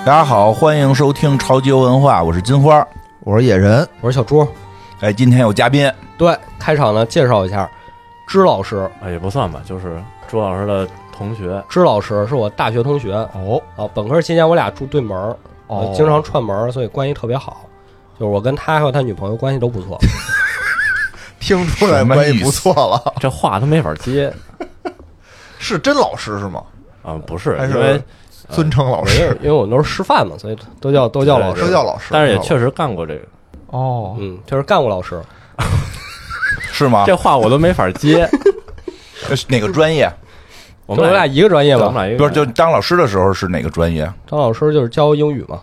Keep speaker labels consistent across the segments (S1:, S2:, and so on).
S1: 大家好，欢迎收听超级文化，我是金花，
S2: 我是野人，
S3: 我是小朱。
S1: 哎，今天有嘉宾，
S3: 对，开场呢介绍一下，支老师，
S4: 也不算吧，就是朱老师的同学。
S3: 支老师是我大学同学本科期间我俩住对门经常串门，所以关系特别好。就是我跟他还有他女朋友关系都不错，
S2: 听出来关系不错了。
S4: 这话他没法接，
S2: 是真老师是吗？
S4: 不是，
S2: 还是
S4: 因为
S2: 尊称老师，
S3: 因为我们都是师范嘛，所以都叫老师，
S2: 都叫老师。
S4: 但是也确实干过这个。
S3: 确实干过老师，
S1: 是吗？
S4: 这话我都没法接。
S1: 这是哪个专业？
S4: 我们
S3: 俩一个专业吧？
S1: 不是，就当老师的时候是哪个专业？
S3: 当老师就是教英语嘛。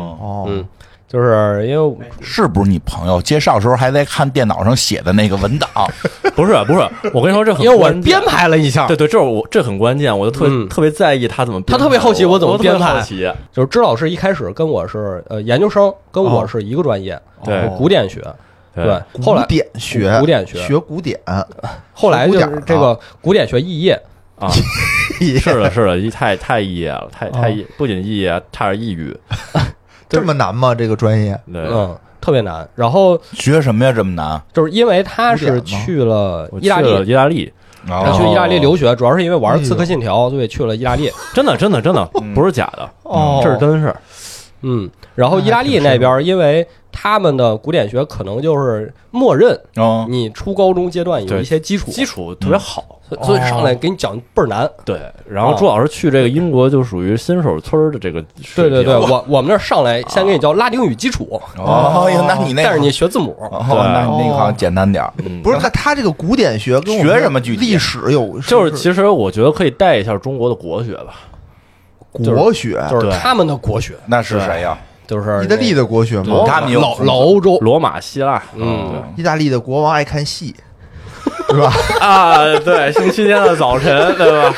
S3: 就是因为
S1: 是不是你朋友介绍时候还在看电脑上写的那个文档？
S4: 不是，我跟你说这很
S3: 因为我编排了一下，
S4: 对，这很关键，我就特别在意他怎么编排，
S3: 他特别好奇我怎么编排。就是支老师一开始跟我是研究生，跟我是一个专业，
S4: 对，
S3: 古典学，对，后来
S2: 古典学，学古典，
S3: 后来就是这个古典学肄业
S4: 啊，是的，太肄业了，太不仅肄业，差点抑郁。
S2: 这么难吗？这个专业？
S4: 对，
S3: 特别难。然后
S1: 学什么呀？这么难？
S3: 就是因为他是去了意大利，
S4: 意大利
S3: 留学，主要是因为玩《刺客信条》，所以去了意大利。
S4: 真的，不是假的，这是真事。
S3: 然后意大利那边，因为他们的古典学可能就是默认你初高中阶段有一些基
S4: 础特别好，
S3: 所以上来给你讲倍儿难。
S4: 对，然后朱老师去这个英国就属于新手村的这个。
S3: 对，我们那上来先给你教拉丁语基础。
S1: 那你那，
S3: 但是你学字母，
S1: 那你那个好像简单点。
S2: 不是他这个古典学跟
S1: 学什么具体
S2: 历史有，
S4: 就是其实我觉得可以带一下中国的国学吧。
S2: 国学
S3: 就是他们的国学，
S1: 那是谁呀？
S3: 就是
S2: 意大利的国学吗？
S1: 他们有
S3: 老欧洲，
S4: 罗马、希腊，
S2: 意大利的国王爱看戏，对吧？
S4: 对，星期天的早晨，对吧？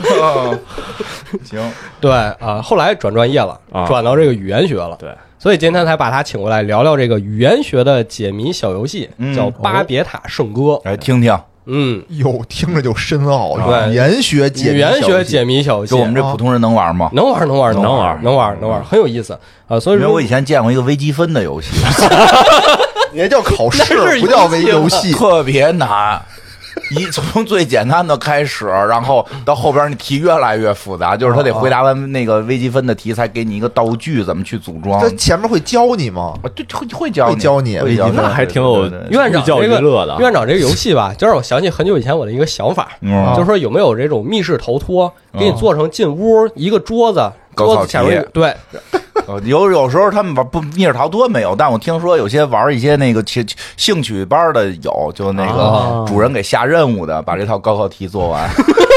S1: 行，
S3: 对后来转专业了，转到这个语言学了，
S4: 对，
S3: 所以今天才把他请过来聊聊这个语言学的解谜小游戏，叫《巴别塔圣歌》，
S1: 来听听。
S2: 听着就深奥。
S3: 对，
S2: 语言学
S3: 解谜小游戏，
S1: 就我们这普通人能玩吗？
S3: 能玩，很有意思所以说，
S1: 因为我以前见过一个微积分的游戏，
S2: 也叫考试，不叫微游戏，
S1: 特别难。从最简单的开始，然后到后边那题越来越复杂，就是他得回答完那个微积分的题，才给你一个道具怎么去组装。
S2: 他前面会教你吗？
S1: 对，会教你
S2: 微积分，
S4: 那还挺有
S3: 院长
S4: 教育乐的。
S3: 院长这个游戏吧，就让我想起很久以前我的一个想法，就是说有没有这种密室逃脱，给你做成进屋一个桌子前面对。
S1: 有时候他们玩不密室逃脱没有，但我听说有些玩一些那个兴趣班的有，就那个主人给下任务的，把这套高考题做完。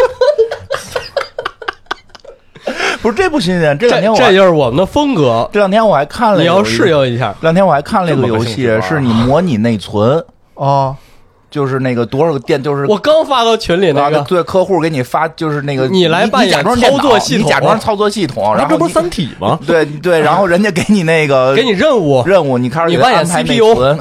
S1: 不是这不新鲜，这两天
S3: 这就是我们的风格。
S1: 这两天我还看了，
S3: 你要适应一下。
S1: 这两天我还看了一个游戏，是你模拟内存就是那个多少个电，就是
S3: 我刚发到群里那个，
S1: 对，客户给你发，就是那个
S3: 你来扮演操作系统，
S1: 你假装操作系统，然后
S4: 这不是三体吗？
S1: 对，然后人家给你那个
S3: 给你任务，
S1: 你开始
S3: 你扮演 CPU。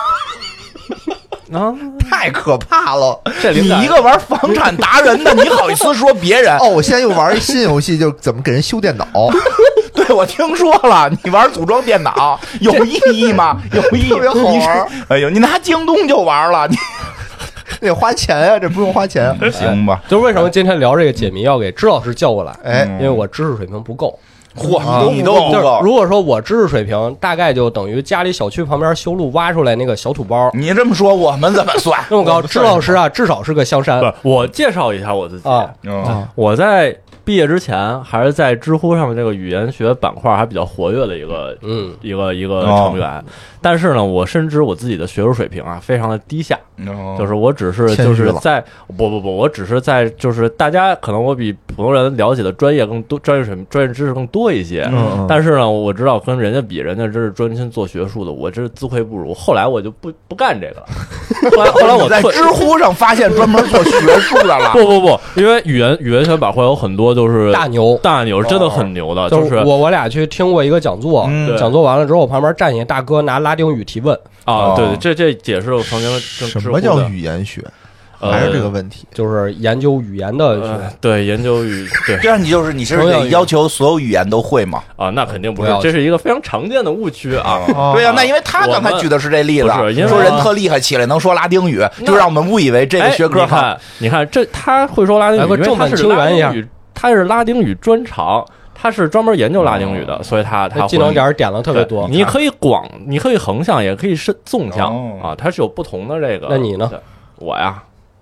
S2: 太可怕了！
S1: 你一个玩房产达人的，你好意思说别人？
S2: 我现在又玩一新游戏，就怎么给人修电脑。
S1: 对，我听说了，你玩组装电脑有意义吗？有意义，
S2: 特别好玩。
S1: 哎呦，你拿京东就玩了，你
S2: 得花钱呀，这不用花钱。
S1: 行吧？
S3: 就是为什么今天聊这个解谜要给支老师叫过来？因为我知识水平不够。
S1: 你都不够。
S3: 如果说我知识水平大概就等于家里小区旁边修路挖出来那个小土包，
S1: 你这么说我们怎么算？
S3: 那么高？支老师至少是个香山。
S4: 我介绍一下我自己我在毕业之前还是在知乎上面这个语言学板块还比较活跃的一个成员，但是呢，我深知我自己的学术水平非常的低下，就是我只是就是在我只是在就是大家可能我比普通人了解的专业更多，专业知识更多一些，但是呢，我知道跟人家比，人家这是专心做学术的，我这是自愧不如。后来我就不干这个了。后来我
S1: 在知乎上发现专门做学术的了。
S4: 不，因为语言学板块有很多都是
S3: 大牛
S4: 真的很牛的，
S3: 就是我俩去听过一个讲座，讲座完了之后，我旁边站起大哥拿拉丁语提问
S4: 对，这解释我曾经
S2: 什么叫语言学还是这个问题，
S3: 就是研究语言的
S4: 对，研究对，
S1: 这样你是得要求所有语言都会吗？
S4: 啊，那肯定不是，这是一个非常常见的误区啊。
S1: 对呀，那因为他刚才举的是这例子，说人特厉害起来能说拉丁语，就让我们误以为这个学科好。
S4: 你看这他会说拉丁语，因为他是拉丁语，他是拉丁语专长。他是专门研究拉丁语的，所以他
S3: 技能点了特别多。
S4: 你可以你可以横向，也可以是纵向啊，它是有不同的这个。
S3: 那你呢？
S4: 我呀，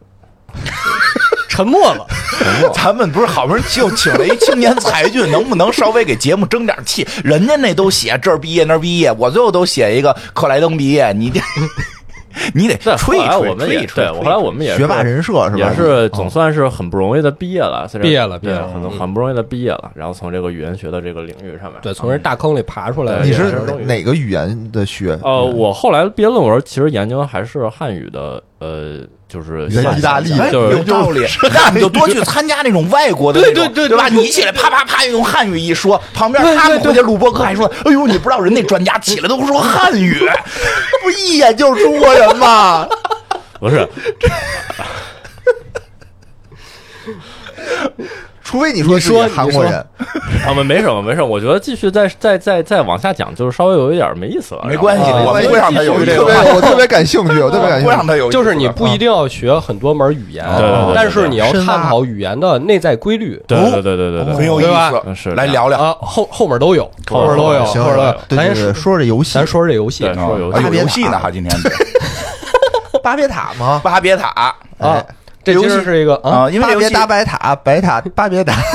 S3: 沉默了。
S1: 咱们不是好不容易就请了一青年才俊，能不能稍微给节目争点气？人家那都写这儿毕业那儿毕业，我最后都写一个克莱登毕业，你得吹一吹，
S4: 我们也对，后来我们也
S2: 学霸人设是吧？
S4: 也是总算是很不容易的毕业了，
S3: 毕业了，
S4: 很不容易的毕业了。然后从这个语言学的这个领域上面，
S3: 对，从这大坑里爬出来。
S2: 你是哪个语言的学？
S4: 我后来毕业论文其实研究还是汉语的，就是
S2: 意大利，
S1: 有道理。那你就多去参加那种外国的，对吧？你一起来啪啪啪用汉语一说，旁边他们回去录播课还说：“哎呦，你不知道人那专家起来都说汉语，
S2: 不一眼就是中国人吗？”
S4: 不是，
S2: 除非你说韩国人，
S4: 没什么，我觉得继续再往下讲，就是稍微有一点没意思了。
S1: 没关系，我会让他有这个，
S2: 我特别感兴趣，
S1: 会让他有。
S3: 就是你不一定要学很多门语言，但是你要探讨语言的内在规律。
S4: 对，
S1: 很有意思。是，来聊聊
S3: 啊，后面都有，后面都有。
S2: 咱说这游戏，
S3: 咱说这游戏，
S1: 有游戏呢哈，今天
S2: 巴别塔吗？
S1: 巴别塔
S3: 啊。这其实是一个
S1: 啊，因为
S2: 巴别大白塔，白塔巴别塔，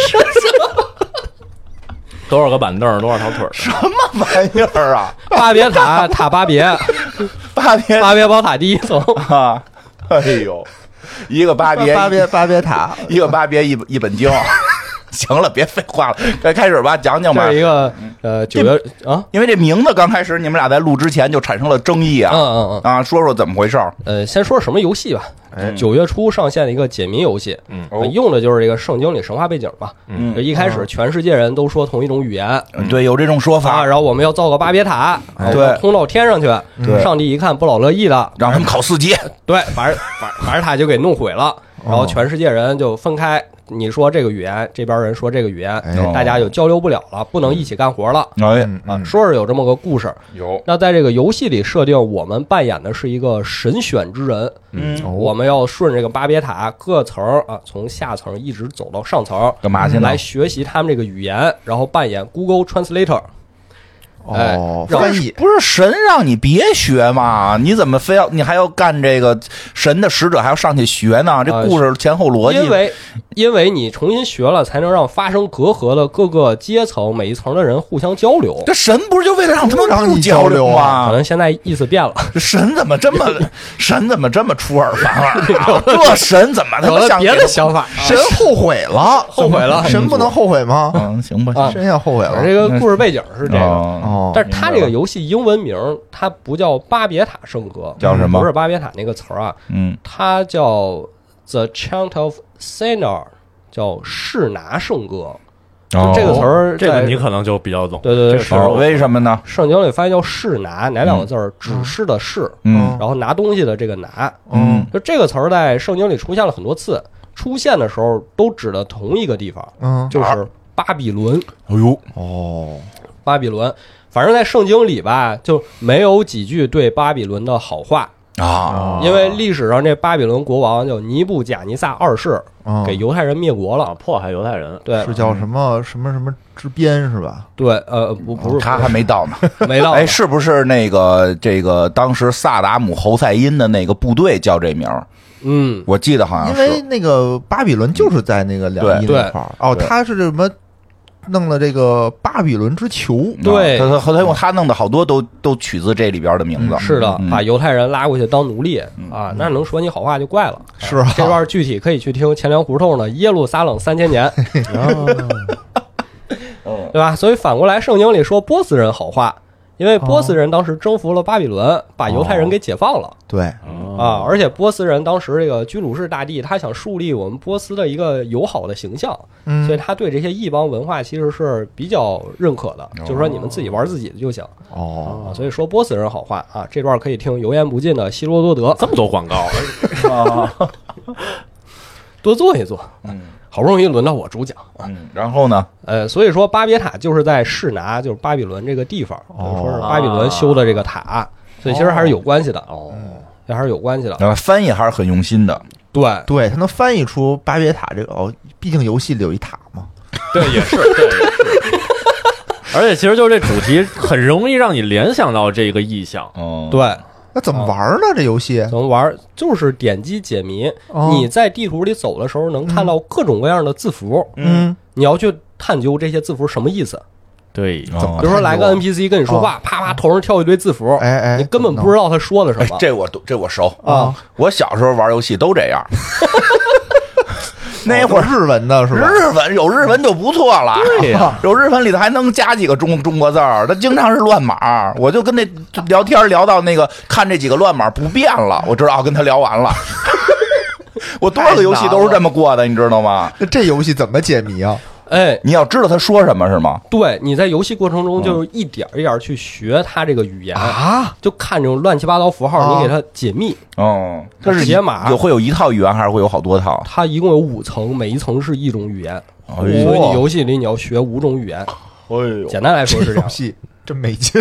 S4: 多少个板凳，多少条腿，
S1: 什么玩意儿啊？
S3: 巴别塔，塔巴别，巴别宝塔第一层
S1: 啊！哎呦，一个巴别
S2: 塔，
S1: 一个巴别一本经。行了，别废话了，该开始吧，讲讲吧。
S3: 这是一个9月啊，
S1: 因为这名字刚开始你们俩在录之前就产生了争议啊。啊，说说怎么回事？
S3: 先说什么游戏吧。9月初上线的一个解谜游戏，用的就是这个圣经里神话背景吧。一开始全世界人都说同一种语言，
S1: 对，有这种说法。
S3: 然后我们要造个巴别塔，
S1: 对，
S3: 通到天上去。上帝一看不老乐意的，
S1: 让他们考4级，
S3: 对，把这塔就给弄毁了。然后全世界人就分开，你说这个语言，这边人说这个语言，大家就交流不了了，不能一起干活了。说是有这么个故事。
S1: 有。
S3: 那在这个游戏里设定，我们扮演的是一个神选之人。我们要顺这个巴别塔各层啊，从下层一直走到上层，
S1: 干嘛去？
S3: 来学习他们这个语言，然后扮演 Google Translator。
S2: 翻译
S1: 不是神让你别学吗？你怎么非要你还要干这个神的使者还要上去学呢？这故事前后逻辑，
S3: 因为你重新学了，才能让发生隔阂的各个阶层每一层的人互相交流。
S1: 这神不是就为了让他们让你交流吗？
S3: 可能现在意思变了。
S1: 这神怎么这么出尔反尔？这神怎么他妈像
S3: 别的想法？
S2: 神后悔了，神不能后悔吗？
S1: 行吧，
S2: 神要后悔了。
S3: 这个故事背景是这个。但是他这个游戏英文名它不叫巴别塔圣歌，
S1: 叫什么？
S3: 不是巴别塔那个词儿啊，它叫 The Chant of Sinner， 叫示拿圣歌。这个词儿，
S4: 这个你可能就比较懂。
S3: 对，
S1: 是为什么呢？
S3: 圣经里翻译叫示拿，哪两个字儿？指示的示，然后拿东西的这个拿，就这个词儿在圣经里出现了很多次，出现的时候都指的同一个地方，就是巴比伦。
S1: 哎呦，
S3: 巴比伦。反正在圣经里吧，就没有几句对巴比伦的好话
S1: 啊，
S3: 因为历史上这巴比伦国王叫尼布甲尼撒二世，给犹太人灭国了，
S4: 迫害犹太人。
S3: 对，
S2: 是叫什么之鞭是吧？
S3: 对，不是，
S1: 他还没到呢，
S3: 没到。
S1: 哎，是不是那个这个当时萨达姆侯赛因的那个部队叫这名？我记得好像
S2: 是，因为那个巴比伦就是在那个两伊那块儿。他是什么？弄了这个巴比伦之球，
S3: 对，
S1: 他用他弄的好多都取自这里边的名字。
S3: 是的，把犹太人拉过去当奴隶啊，那能说你好话就怪了。
S2: 是
S3: 这段具体可以去听钱粮胡同的《耶路撒冷3000年》，对吧？所以反过来，圣经里说波斯人好话， 因为波斯人当时征服了巴比伦，把犹太人给解放了。
S2: 对
S3: 啊，而且波斯人当时这个居鲁士大帝，他想树立我们波斯的一个友好的形象，所以他对这些异邦文化其实是比较认可的，就是说你们自己玩自己的就行。所以说波斯人好话啊，这段可以听油盐不进的希罗多德。
S4: 这么多广告
S3: 啊，多做一做。好不容易轮到我主讲啊，
S1: 然后呢？
S3: 所以说巴别塔就是在示拿，就是巴比伦这个地方，说是巴比伦修的这个塔，所以其实还是有关系的这还是有关系的。
S1: 翻译还是很用心的，
S2: 对，他能翻译出巴别塔这个毕竟游戏里有一塔嘛。
S4: 对，也是，对，也是。而且其实就是这主题很容易让你联想到这个意象。
S3: 对。
S2: 那怎么玩呢？这游戏
S3: 怎么玩？就是点击解谜。你在地图里走的时候，能看到各种各样的字符。你要去探究这些字符什么意思。
S4: 对，
S3: 比如说来个 NPC 跟你说话，啪啪头上跳一堆字符，你根本不知道他说的什么。
S1: 这我熟啊！我小时候玩游戏都这样。那会儿
S2: 日文的是吧？
S1: 有日文就不错了。
S4: 对呀，
S1: 有日文里头还能加几个中国字儿，它经常是乱码。我就跟那聊天聊到那个看这几个乱码不变了，我知道跟他聊完了。我多少个游戏都是这么过的，你知道吗？
S2: 那这游戏怎么解谜啊？
S1: 你要知道他说什么是吗？
S3: 对，你在游戏过程中就一点一点去学他这个语言就看这种乱七八糟符号，你给他解密。它是解码，
S1: 会有一套语言还是会有好多套？
S3: 它一共有5层，每一层是一种语言，所以你游戏里你要学5种语言。简单来说是这样。
S2: 游戏真没劲。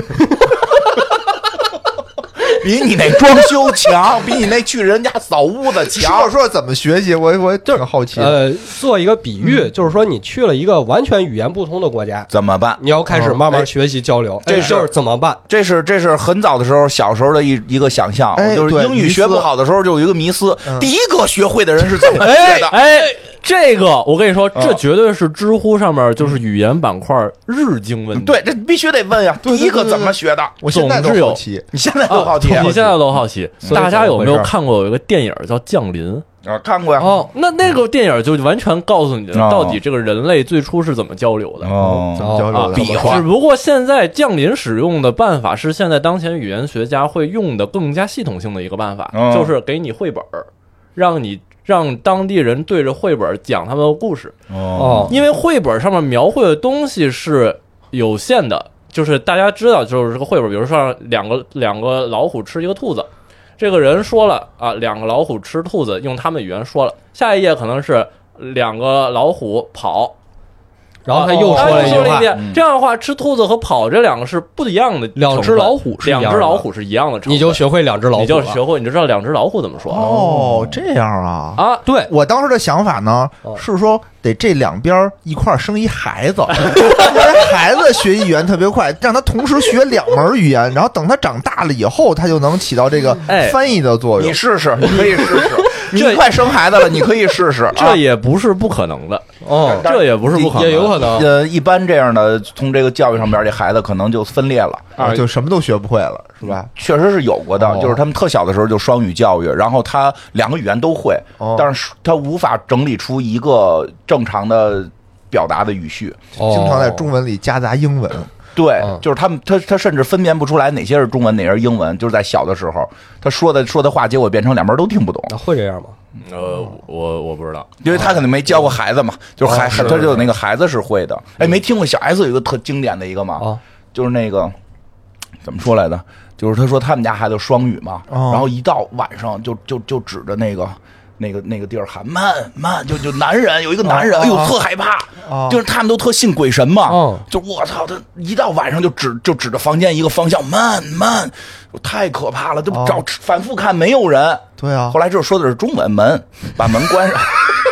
S1: 比你那装修强，比你那去人家扫屋子强。
S2: 说怎么学习，我挺好奇。
S3: 做一个比喻，就是说你去了一个完全语言不通的国家，
S1: 怎么办？
S3: 你要开始慢慢学习交流。这就是怎么办？
S1: 这是很早的时候，小时候的一个想象，就是英语学不好的时候就有一个迷思：第一个学会的人是怎么学的？
S4: 这个我跟你说，这绝对是知乎上面就是语言板块日经问题。
S1: 对，这必须得问呀。第一个怎么学的？
S2: 我现在都好奇，
S1: 你现在都好奇，
S4: 你现在都好奇。大家有没有看过有一个电影叫《降临》
S1: 啊？看过呀。
S4: 那个电影就完全告诉你到底这个人类最初是怎么交流的。
S2: 怎么交流的？
S1: 比划。
S4: 只不过现在降临使用的办法是现在当前语言学家会用的更加系统性的一个办法，就是给你绘本，让当地人对着绘本讲他们的故事。因为绘本上面描绘的东西是有限的，就是大家知道，就是这个绘本，比如说两个老虎吃一个兔子，这个人说了啊，2个老虎吃兔子，用他们语言说了。下一页可能是2个老虎跑。
S3: 然后他又说了一句话，
S4: 这样的话，吃兔子和跑这2个是不一样的。
S3: 2只老虎是一样的，
S4: 2只老虎是一样的，
S3: 你就学会2只老虎，
S4: 你就学会，你就知道2只老虎怎么说。
S2: 这样啊！
S3: 对，
S2: 我当时的想法呢是说，得这2边一块生一孩子，让孩子学语言特别快，让他同时学2门语言，然后等他长大了以后，他就能起到这个翻译的作用。
S1: 你试试，你可以试试。你快生孩子了，你可以试试。
S4: 这也不是不可能的。这也不是不可能，
S3: 也有可能。
S1: 一般这样的，从这个教育上边，这孩子可能就分裂了
S2: 就什么都学不会了，是吧？
S1: 确实是有过的，就是他们特小的时候就双语教育，然后他2个语言都会，但是他无法整理出一个正常的表达的语序，
S2: 经常在中文里夹杂英文。
S1: 对，就是他甚至分辨不出来哪些是中文，哪些是英文。就是在小的时候，他说的话，结果变成2边都听不懂。
S3: 会这样吗？
S4: 我不知道，
S1: 因为他可能没教过孩子嘛，就是他就有那个孩子是会的。没听过小 S 有一个特经典的一个嘛，就是那个怎么说来的？就是他说他们家孩子双语嘛，然后一到晚上就指着那个地儿喊慢，就男人有一个男人，哎呦特害怕，就是他们都特信鬼神嘛，就我操，他一到晚上就指着房间一个方向慢，太可怕了，就反复看没有人。
S2: 对啊，
S1: 后来这说的是中文门，把门关上。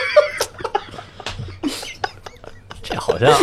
S4: 这好像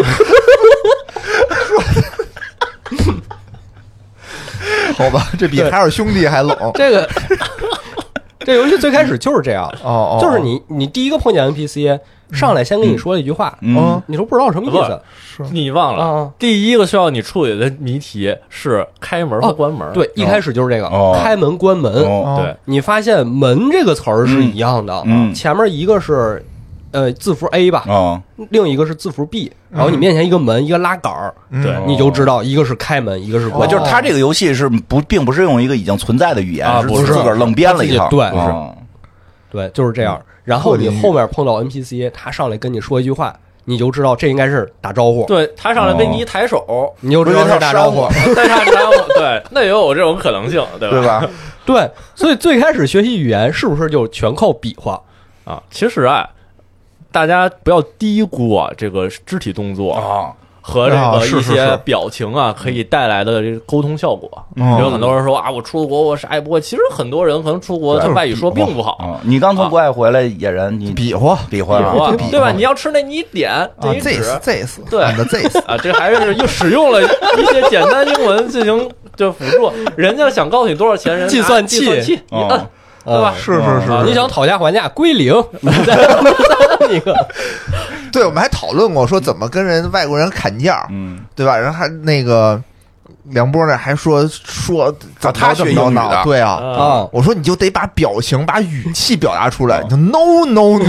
S2: 好吧，这比海尔兄弟还冷。
S3: 这游戏最开始就是这样，就是你第一个碰见 NPC 上来先跟你说了一句话，你说不知道什么意思，
S4: 你忘了第一个需要你处理的谜题是开门和关门。
S3: 对，一开始就是这个开门关门。
S4: 对，
S3: 你发现门这个词儿是一样的，前面一个是字符 A 吧，另一个是字符 B， 然后你面前一个门，一个拉杆儿，对，你就知道一个是开门，一个是关门。
S1: 就是它这个游戏是并不是用一个已经存在的语言，是自个儿愣编了一套。
S3: 对，对，就是这样。然后你后面碰到 NPC， 他上来跟你说一句话，你就知道这应该是打招呼。
S4: 对，他上来跟你一抬手，
S3: 你就知道是打招呼。
S4: 再打招呼，对，那也有这种可能性，对吧？
S3: 对，所以最开始学习语言是不是就全靠比划
S4: 啊？其实啊，大家不要低估啊这个肢体动作和这个一些表情啊可以带来的这个沟通效果。有很多人说啊，我出国我啥也不会，其实很多人可能出国他外语说并不好。
S1: 你刚从国外回来，野人你
S2: 比划，
S4: 对吧？你要吃那你点这一指，对啊，这还是又使用了一些简单英文进行就辅助。人家想告诉你多少钱，人
S3: 计算器，
S4: 你摁。对吧？
S2: 是，
S3: 你想讨价还价归零，你再那个。
S2: 对，我们还讨论过说怎么跟外国人砍价，对吧？然后还那个梁波那还说
S1: 他学英语的，
S2: 对啊，我说你就得把表情、把语气表达出来，你就 no，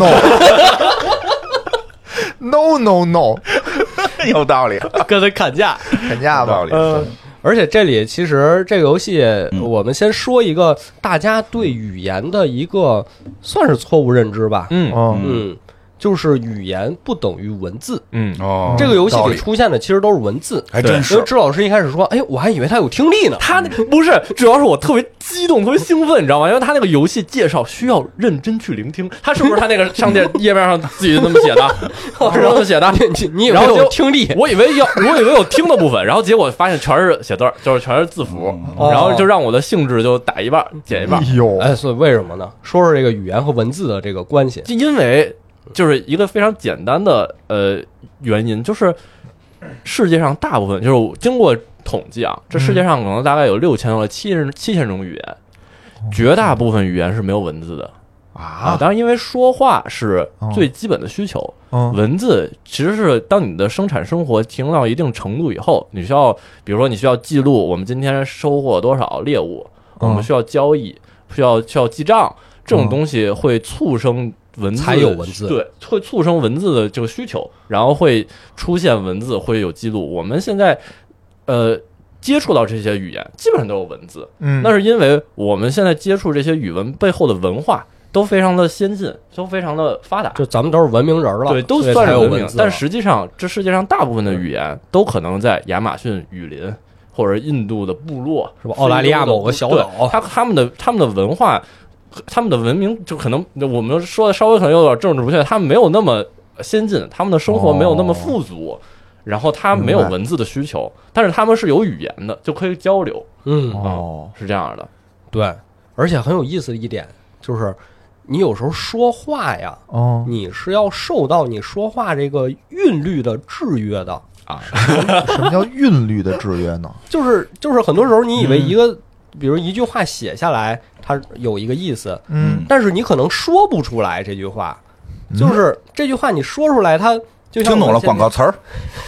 S1: 有道理，
S3: 跟他砍价
S2: 吧。
S3: 而且这里其实这个游戏，我们先说一个大家对语言的一个算是错误认知吧。就是语言不等于文字。这个游戏里出现的其实都是文字，
S1: 还真是。
S3: 因为支老师一开始说，哎，我还以为他有听力呢。
S4: 他不是，主要是我特别激动，特别兴奋，你知道吗？因为他那个游戏介绍需要认真去聆听。他是不是他那个上页面上自己那么写的？是这么写的？
S3: 你以为有听力？
S4: 我以为有听的部分，然后结果发现全是写字儿，就是全是字符，然后就让我的兴致就打一半减一半。
S3: 所以为什么呢？说说这个语言和文字的这个关系，
S4: 因为。就是一个非常简单的原因，就是世界上大部分就是经过统计啊，这世界上可能大概有6000到7000种语言，绝大部分语言是没有文字的当然，因为说话是最基本的需求，文字其实是当你的生产生活提升到一定程度以后，你需要，比如说你需要记录我们今天收获多少猎物，我们需要交易，需要记账，这种东西会促生。文字
S3: 才有文字，
S4: 对，会促生文字的这个需求，然后会出现文字，会有记录。我们现在接触到这些语言，基本上都有文字。那是因为我们现在接触这些语文背后的文化都非常的先进，都非常的发达。
S3: 就咱们都是文明人了，
S4: 对，都算是文明。但实际上，这世界上大部分的语言都可能在亚马逊雨林或者印度的部落，
S3: 是吧？澳大利亚某个小岛，
S4: 他们的文化。他们的文明就可能我们说的稍微可能有点政治不确，他们没有那么先进，他们的生活没有那么富足，然后他没有文字的需求，但是他们是有语言的，就可以交流。是这样的。
S3: 对，而且很有意思的一点就是，你有时候说话呀，你是要受到你说话这个韵律的制约的
S2: 啊。什么叫韵律的制约呢？
S3: 就是很多时候你以为一个。比如一句话写下来，它有一个意思，但是你可能说不出来这句话，就是这句话你说出来，它就像
S1: 听懂了广告词儿，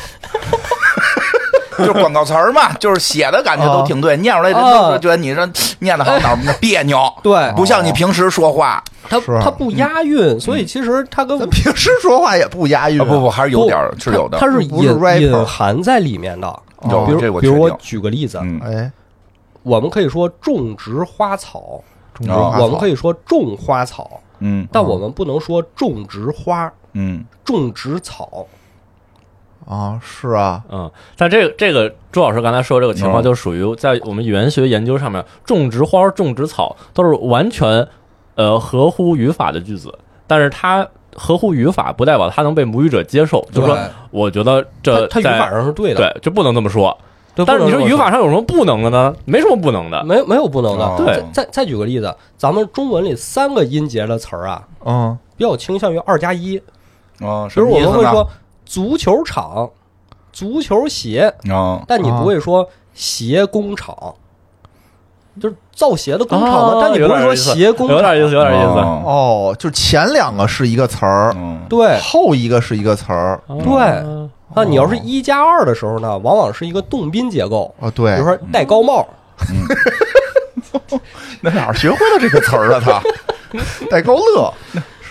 S1: 就是广告词儿嘛，就是写的感觉都挺对，念出来人都觉得你这念的好哪别扭，
S3: 对，
S1: 不像你平时说话，
S3: 它不押韵，所以其实它跟
S2: 平时说话也不押韵，
S1: 不，还是有点是有的，
S3: 它是隐含在里面的。比如我举个例子，我们可以说种植花草，我们可以说种花草，但我们不能说种植花，种植草。
S2: 是啊，
S4: 但这个朱老师刚才说这个情况，就属于在我们语言学研究上面，种植花、种植草都是完全合乎语法的句子，但是它合乎语法不代表它能被母语者接受，就是说，我觉得它
S3: 语法上是对的，
S4: 对，就不能这么说。但是你说语法上有什么不能的呢？没什么不能的，
S3: 没有不能的。
S4: 对，
S3: 再举个例子，咱们中文里3个音节的词儿啊，比较倾向于2+1。比如我们会说足球场、足球鞋，但你不会说鞋工厂，就是造鞋的工厂嘛，但你不会说鞋工厂，
S4: 有点意思。
S2: 就前2个是一个词儿，
S3: 对，
S2: 后一个是一个词儿，
S3: 对。你要是1+2的时候呢，往往是一个动宾结构
S2: 对，
S3: 比如说戴高帽，
S2: 那哪儿学会了这个词儿了？他戴高乐
S3: 是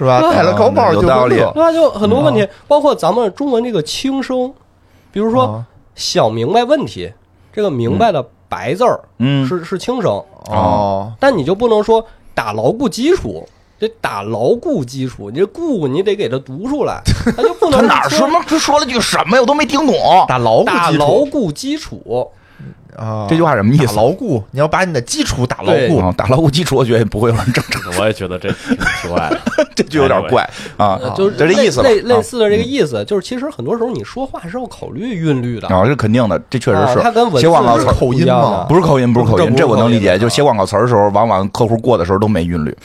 S2: 是吧？戴了高帽
S1: 有道理，
S3: 对吧？就很多问题，包括咱们中文这个轻声，比如说想明白问题，这个明白的白字儿，是轻声
S2: 哦，
S3: 但你就不能说打牢固基础。得打牢固基础，你这固你得给它读出来，他就不能。
S1: 他哪什么说了句什么呀？我都没听懂。
S2: 打
S3: 牢固基础
S2: 啊，
S1: 这句话什么意思？
S2: 打牢固，你要把你的基础打牢固。
S1: 打牢固基础，我觉得也不会有人正常。
S4: 我也觉得这挺奇怪的，
S1: 这就有点怪啊。
S3: 就是
S1: 这意思，
S3: 类似的这个意思，就是其实很多时候你说话是要考虑韵律的
S1: 啊，这肯定的，这确实是。
S3: 它跟文字
S1: 写广告词
S2: 口音吗？
S1: 不是口音，不是口音，这我能理解。就写广告词的时候，往往客户过的时候都没韵律。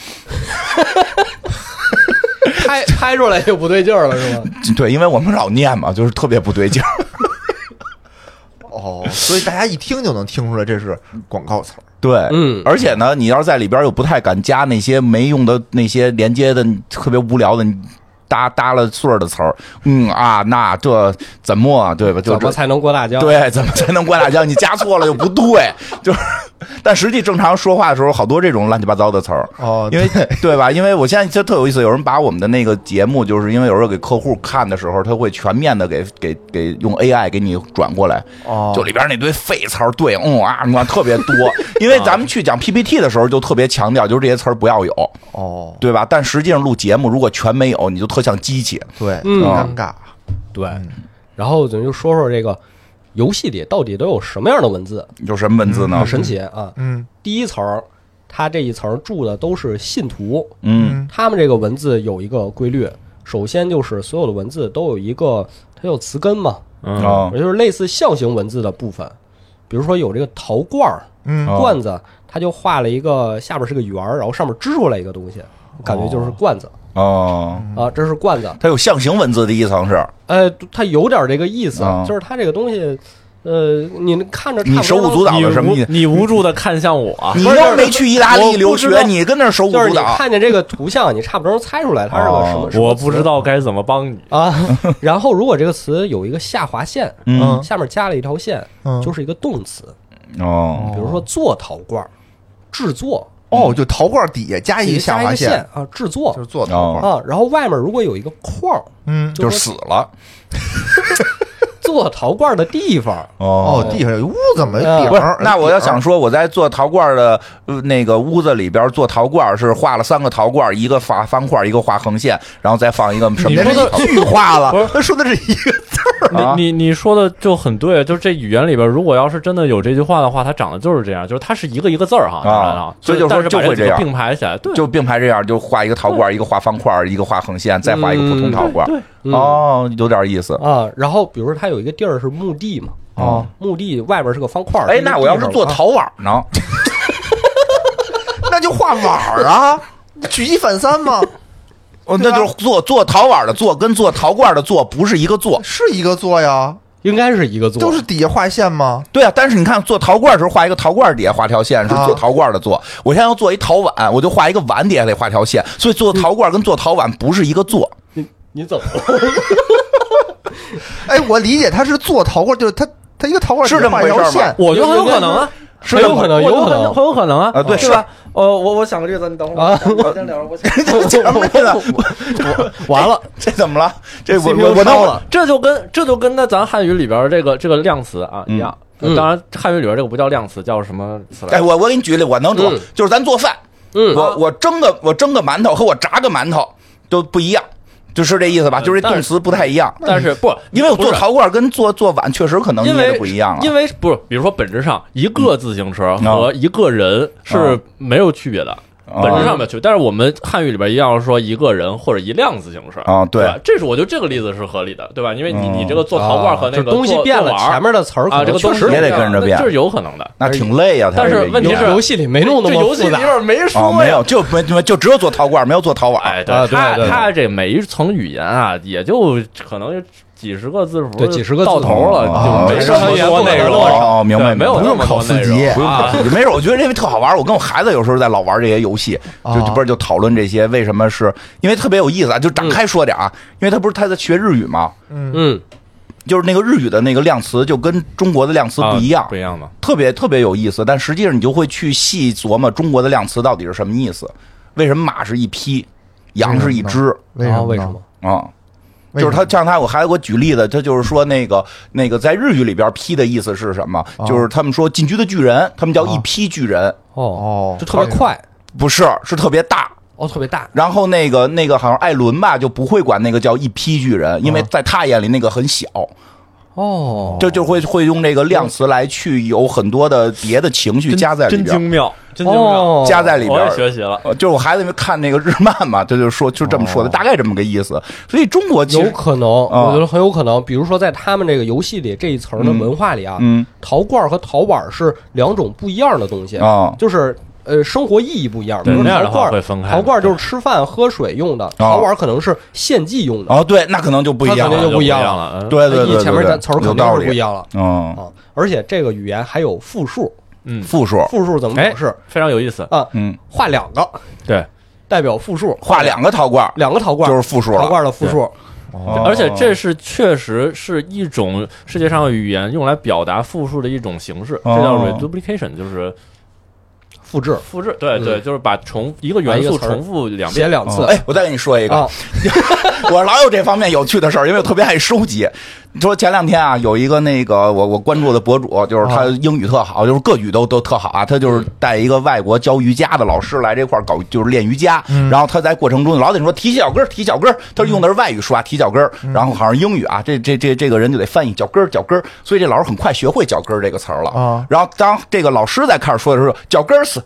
S3: 拍出来就不对劲儿了，是吗？
S1: 对，因为我们老念嘛，就是特别不对劲儿。
S2: 哦，所以大家一听就能听出来这是广告词儿。
S1: 对，而且呢，你要是在里边又不太敢加那些没用的那些连接的特别无聊的搭了穗儿的词儿，那这怎么对吧？就
S3: 怎么才能过大江？
S1: 对，怎么才能过大江？你加错了又不对，就是。但实际正常说话的时候，好多这种乱七八糟的词儿
S2: 哦，
S1: 因为对吧？因为我现在就特有意思，有人把我们的那个节目，就是因为有时候给客户看的时候，他会全面的给用 AI 给你转过来，
S2: 哦，
S1: 就里边那堆废词儿，对，特别多。因为咱们去讲 PPT 的时候，就特别强调，就是这些词儿不要有，
S2: 哦，
S1: 对吧？但实际上录节目，如果全没有，你就特像机器，
S2: 对，尴尬，
S3: 对。然后咱就说说这个。游戏里到底都有什么样的文字？
S1: 有什么文字呢？
S3: 很神奇啊！第一层，它这一层住的都是信徒。他们这个文字有一个规律，首先就是所有的文字都有一个，它有词根嘛，也就是类似象形文字的部分。比如说有这个陶罐罐子，它就画了一个下边是个圆，然后上面支出来一个东西，感觉就是罐子。这是罐子，
S1: 它有象形文字的一层是，
S3: 它有点这个意思，就是它这个东西，你看着
S1: 你手舞足蹈的什么意思？
S4: 你无助的看向我，
S1: 你又没去意大利留学，你跟那手舞足蹈，
S3: 就是你看见这个图像，你差不多能猜出来它是个什么。
S4: 我不知道该怎么帮你
S3: 啊。然后如果这个词有一个下划线，下面加了一条线，就是一个动词。比如说做陶罐，制作。
S2: 就陶罐底下加一个下划线
S3: 啊，制作
S2: 就是做陶罐
S3: 啊，然后外面如果有一个框，
S1: 就是死了。
S3: 做陶罐的地方
S2: 地上有屋子没顶。
S1: 不是，那我要想说，我在做陶罐的那个屋子里边做陶罐，是画了3个陶罐，一个画方块，一个画横线，然后再放一个什么？
S2: 你说的句化了，他说的是一个字儿。
S4: 你说的就很对，就是这语言里边，如果要是真的有这句话的话，它长得就是这样，就是它是一个一个字儿哈，
S1: 所以就是说就会这样
S4: 并排起来，对，
S1: 就并排这样，就画一个陶罐，一个画方块，一个画横线，再画一个普通陶罐。有点意思
S3: 啊。然后比如说它有一个地儿是墓地嘛，墓地外边是个方块。
S1: 那我要是做陶碗呢？
S2: 那就画碗啊，举一反三嘛。
S1: 那就是做陶碗的做跟做陶罐的做不是一个做，
S2: 是一个做呀，
S3: 应该是一个做，
S2: 都是底下画线吗？
S1: 对啊，但是你看做陶罐的时候画一个陶罐底下画条线是做陶罐的做，我现在要做一陶碗，我就画一个碗底下得画条线，所以做陶罐跟做陶碗不是一个做。
S3: 你怎么？
S2: 我理解他是做陶罐，就是他一个陶罐
S1: 是这么回事吗？
S4: 我觉得很有可能啊。
S3: 很有可能，
S4: 很有可能啊！
S1: 对，
S4: 是吧？我想个例子，你等会儿我先聊。我
S3: 完了，
S1: 这怎么了？这
S3: 我
S4: 到了，这就跟那咱汉语里边这个量词啊一样。当然，汉语里边这个不叫量词，叫什么词来？
S1: 我给你举例，我能说，就是咱做饭，我蒸个馒头和我炸个馒头都不一样。就是这意思吧，就是这动词不太一样。
S4: 但是不，
S1: 因为我做陶罐跟做碗确实可能捏的不一样了。
S4: 因为不是，比如说本质上一个自行车和一个人是没有区别的。本质上没有区别，但是我们汉语里边一样说一个人或者一辆自行车对吧？这是我觉得这个例子是合理的，对吧？因为你这个做陶罐和那个
S3: 东西变了，前面的词儿
S4: 这个
S3: 确实
S1: 也得跟着变，
S4: 这是有可能的。
S1: 那挺累啊，
S4: 但是问题是
S3: 游戏里没弄那么复杂，
S4: 没说
S1: 没有，就只有做陶罐，没有做陶碗。
S4: 对，它这每一层语言啊，也就可能几十个字符，
S3: 对，几十个字
S4: 到头了，就没那么多内容。
S1: 明白，
S4: 没有那么多内容，
S1: 不用考司机。没事，我觉得这个特好玩。我跟我孩子有时候在老玩这些游戏，就讨论这些为什么是因为特别有意思啊。就展开说点啊，因为他在学日语嘛，就是那个日语的那个量词就跟中国的量词不一样，
S4: 不一样的，
S1: 特别有意思。但实际上你就会去细琢磨中国的量词到底是什么意思，为什么马是一匹。 羊是一只。
S2: 为什么
S1: 啊？就是他像他，我还有个举例子，他就是说那个在日语里边劈的意思是什么？就是他们说进击的巨人，他们叫一批巨人。
S3: 就特别快，
S1: 不是特别大。
S3: 特别大。
S1: 然后那个好像艾伦吧，就不会管那个叫一批巨人，因为在他眼里那个很小。就会用这个量词来去有很多的别的情绪加在里边，
S4: 真精妙，
S1: 加在里边。
S4: 我也学习了，
S1: 就是我孩子们看那个日漫嘛，他就说就这么说的，大概这么个意思。所以中国其实
S3: 有可能，我觉得很有可能。比如说在他们这个游戏里这一层的文化里啊，陶罐和陶碗是两种不一样的东西啊，就是生活意义不一样。比如陶罐就是吃饭喝水用的，陶碗可能是献祭用的。
S1: 对，那可能就不一样了，
S3: 肯定就不一样了。
S1: 对，
S3: 前面的词儿肯定是不一样了。而且这个语言还有复数。
S1: 复数
S3: 怎么表示？
S4: 非常有意思
S3: 啊！画两个，
S4: 对，
S3: 代表复数，
S1: 画两个陶罐就是复数了，
S3: 陶罐的复数。
S4: 而且这是确实是一种世界上的语言用来表达复数的一种形式，这叫 reduplication， 就是
S3: 复制，
S4: 对，就是把一个元素重复
S3: 写两次。
S1: 我再跟你说一个，我老有这方面有趣的事儿，因为我特别爱收集。你说前两天啊，有一个我关注的博主，就是他英语特好，就是各语都特好啊。他就是带一个外国教瑜伽的老师来这块搞，就是练瑜伽。然后他在过程中老得说提脚跟，他用的是外语说话提脚跟，然后好像英语啊，这个人就得翻译脚跟，所以这老师很快学会脚跟这个词儿了。然后当这个老师在开始说的时候，脚跟死，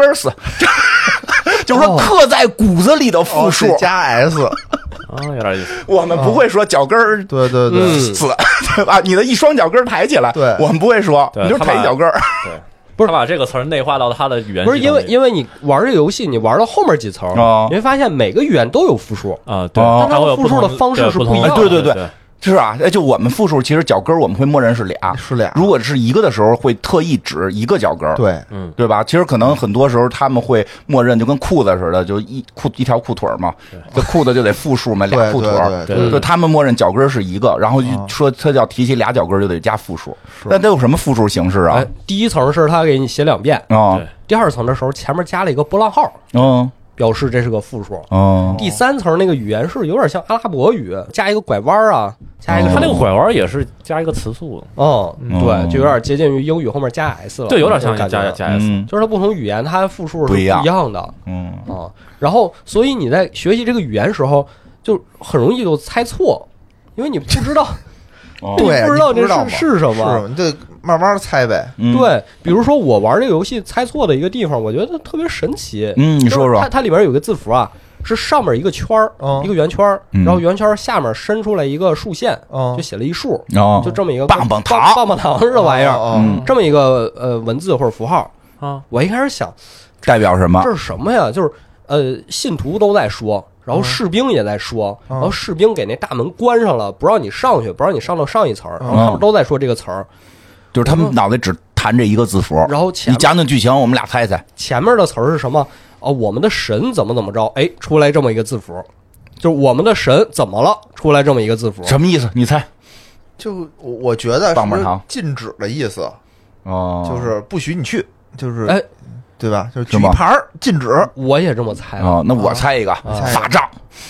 S1: 就是说刻在骨子里的复数
S2: 加 s。
S4: 有点意思。
S1: 我们不会说脚跟儿，
S2: 对，
S1: 死，对吧？你的一双脚跟抬起来，
S2: 对，
S1: 我们不会说，你就抬一脚跟儿。
S4: 对，不是他把这个词儿内化到他的语言，
S3: 不是因为你玩这个游戏，你玩到后面几层，你会发现每个语言都有复数
S4: 啊，对，
S3: 但它的复数的方式是不一样
S1: 的。对。是啊，就我们复数其实脚跟我们会默认是俩，如果是一个的时候，会特意指一个脚跟，
S2: 对，
S1: 对吧？其实可能很多时候他们会默认就跟裤子似的，就一条裤腿嘛，这裤子就得复数嘛，俩裤腿，
S2: 对，
S1: 他们默认脚跟是一个，然后说他要提起俩脚跟就得加复数，但都有什么复数形式啊？
S3: 第一层是他给你写2遍
S1: 啊，
S3: 第二层的时候前面加了一个波浪号，表示这是个复数。第三层那个语言是有点像阿拉伯语，加一个拐弯啊，加一个，
S4: 它那个拐弯也是加一个词素。
S3: 对，就有点接近于英语后面加 s 了。
S4: 对，有点像加 s，
S3: 就是它不同语言它复数是不一样的。然后所以你在学习这个语言时候，就很容易就猜错，因为你不知道。
S2: 对，
S3: 不知道这是什么，
S2: 你就慢慢猜呗。
S3: 对，比如说我玩这个游戏猜错的一个地方，我觉得特别神奇。
S1: 你说说，
S3: 它里边有个字符啊，是上面一个圈儿，一个圆圈，然后圆圈下面伸出来一个竖线，就写了一竖，就这么一个
S1: 棒棒
S3: 糖这玩意儿，这么一个文字或者符号啊。我一开始想，
S1: 代表什么？
S3: 这是什么呀？就是信徒都在说。然后士兵也在说，然后士兵给那大门关上了，不让你上去，不让你上到上一层，然后他们都在说这个词儿，
S1: 就是他们脑袋只弹这一个字符。
S3: 然后
S1: 你讲讲剧情，我们俩猜猜。
S3: 前面的词儿是什么？我们的神怎么着？出来这么一个字符，就是我们的神怎么了？出来这么一个字符，
S1: 什么意思？你猜？
S2: 就我觉得
S1: 棒棒糖
S2: 禁止的意思，
S1: 就是
S2: 不许你去，就是对吧？就是举牌禁止，
S3: 我也这么猜
S1: 那我猜一个，法杖，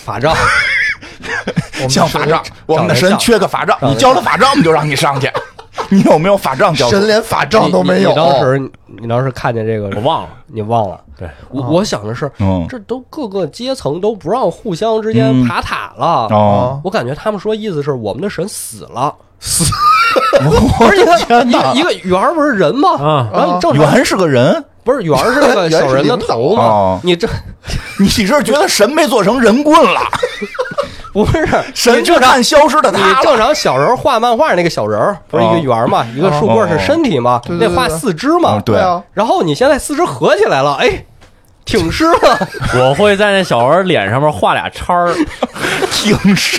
S1: 像法杖，我们的神缺个法杖，你交了法杖，我们就让你上去。你有没有法杖交？
S2: 神连法杖都没有。
S3: 你当时看见这个，
S4: 我忘了，
S3: 你忘了。
S4: 对，
S3: 我想的是，这都各个阶层都不让互相之间爬塔了。我感觉他们说意思是我们的神死了。而且你看，一个圆不是人吗？然后你正
S1: 圆是个人。
S3: 不是圆是那个小人的头吗？你
S1: 是觉得神被做成人棍了？
S3: 不是，
S1: 神就看消失的他。
S3: 你正常小人画漫画那个小人不是一个圆嘛，一个竖棍是身体嘛，那画4肢嘛。
S1: 对啊。
S3: 然后你现在4肢合起来了，挺尸了。
S4: 我会在那小人脸上面画俩叉儿，
S1: 挺尸。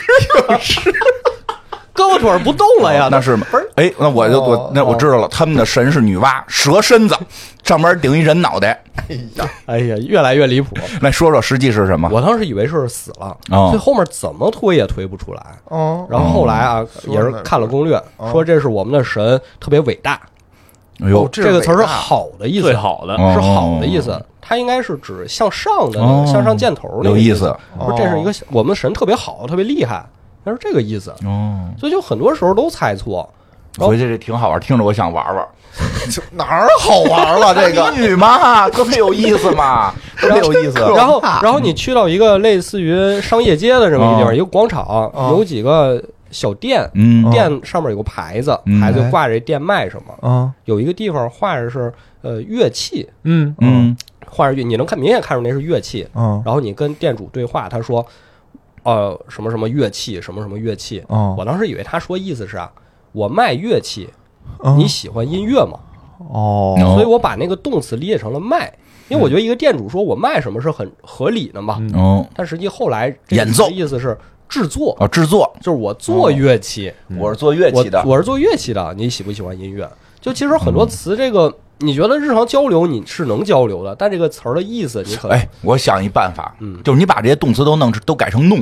S3: 胳膊腿不动了呀？
S1: 那是吗？那我知道了，他们的神是女娲，蛇身子，上面顶一人脑袋。
S3: 哎呀，越来越离谱。
S1: 来说说实际是什么？
S3: 我当时以为是死了，所以后面怎么推也推不出来。然后后来啊，也是看了攻略，说这是我们的神特别伟大。
S1: 哎呦，
S3: 这个词儿是好的意思，
S4: 最好的
S3: 是好的意思。 它应该是指向上的那个向上箭头，
S1: 有意思。
S3: 说这是一个我们神特别好，特别厉害，它是这个意思。所以就很多时候都猜错。
S1: 我觉得这挺好玩，听着我想玩玩。
S2: 哪儿好玩了？这个
S1: 谜语嘛，特别有意思嘛，特别有意思。
S3: 然后你去到一个类似于商业街的这么一个地方，一个广场，有几个小店，店上面有个牌子，牌子挂着店卖什么。有一个地方画着是乐器，画着你能明显看出那是乐器。然后你跟店主对话，他说什么什么乐器，什么什么乐器。我当时以为他说意思是我卖乐器。你喜欢音乐吗？所以我把那个动词理解成了卖，因为我觉得一个店主说我卖什么是很合理的嘛。但实际后来
S1: 演奏
S3: 意思是制作
S1: 制作
S3: 就是我做乐器，
S1: 我是做乐器的，
S3: 我是做乐器的。你喜不喜欢音乐？就其实很多词，这个你觉得日常交流你是能交流的，但这个词儿的意思你可能
S1: 我想一办法，就是你把这些动词都改成弄，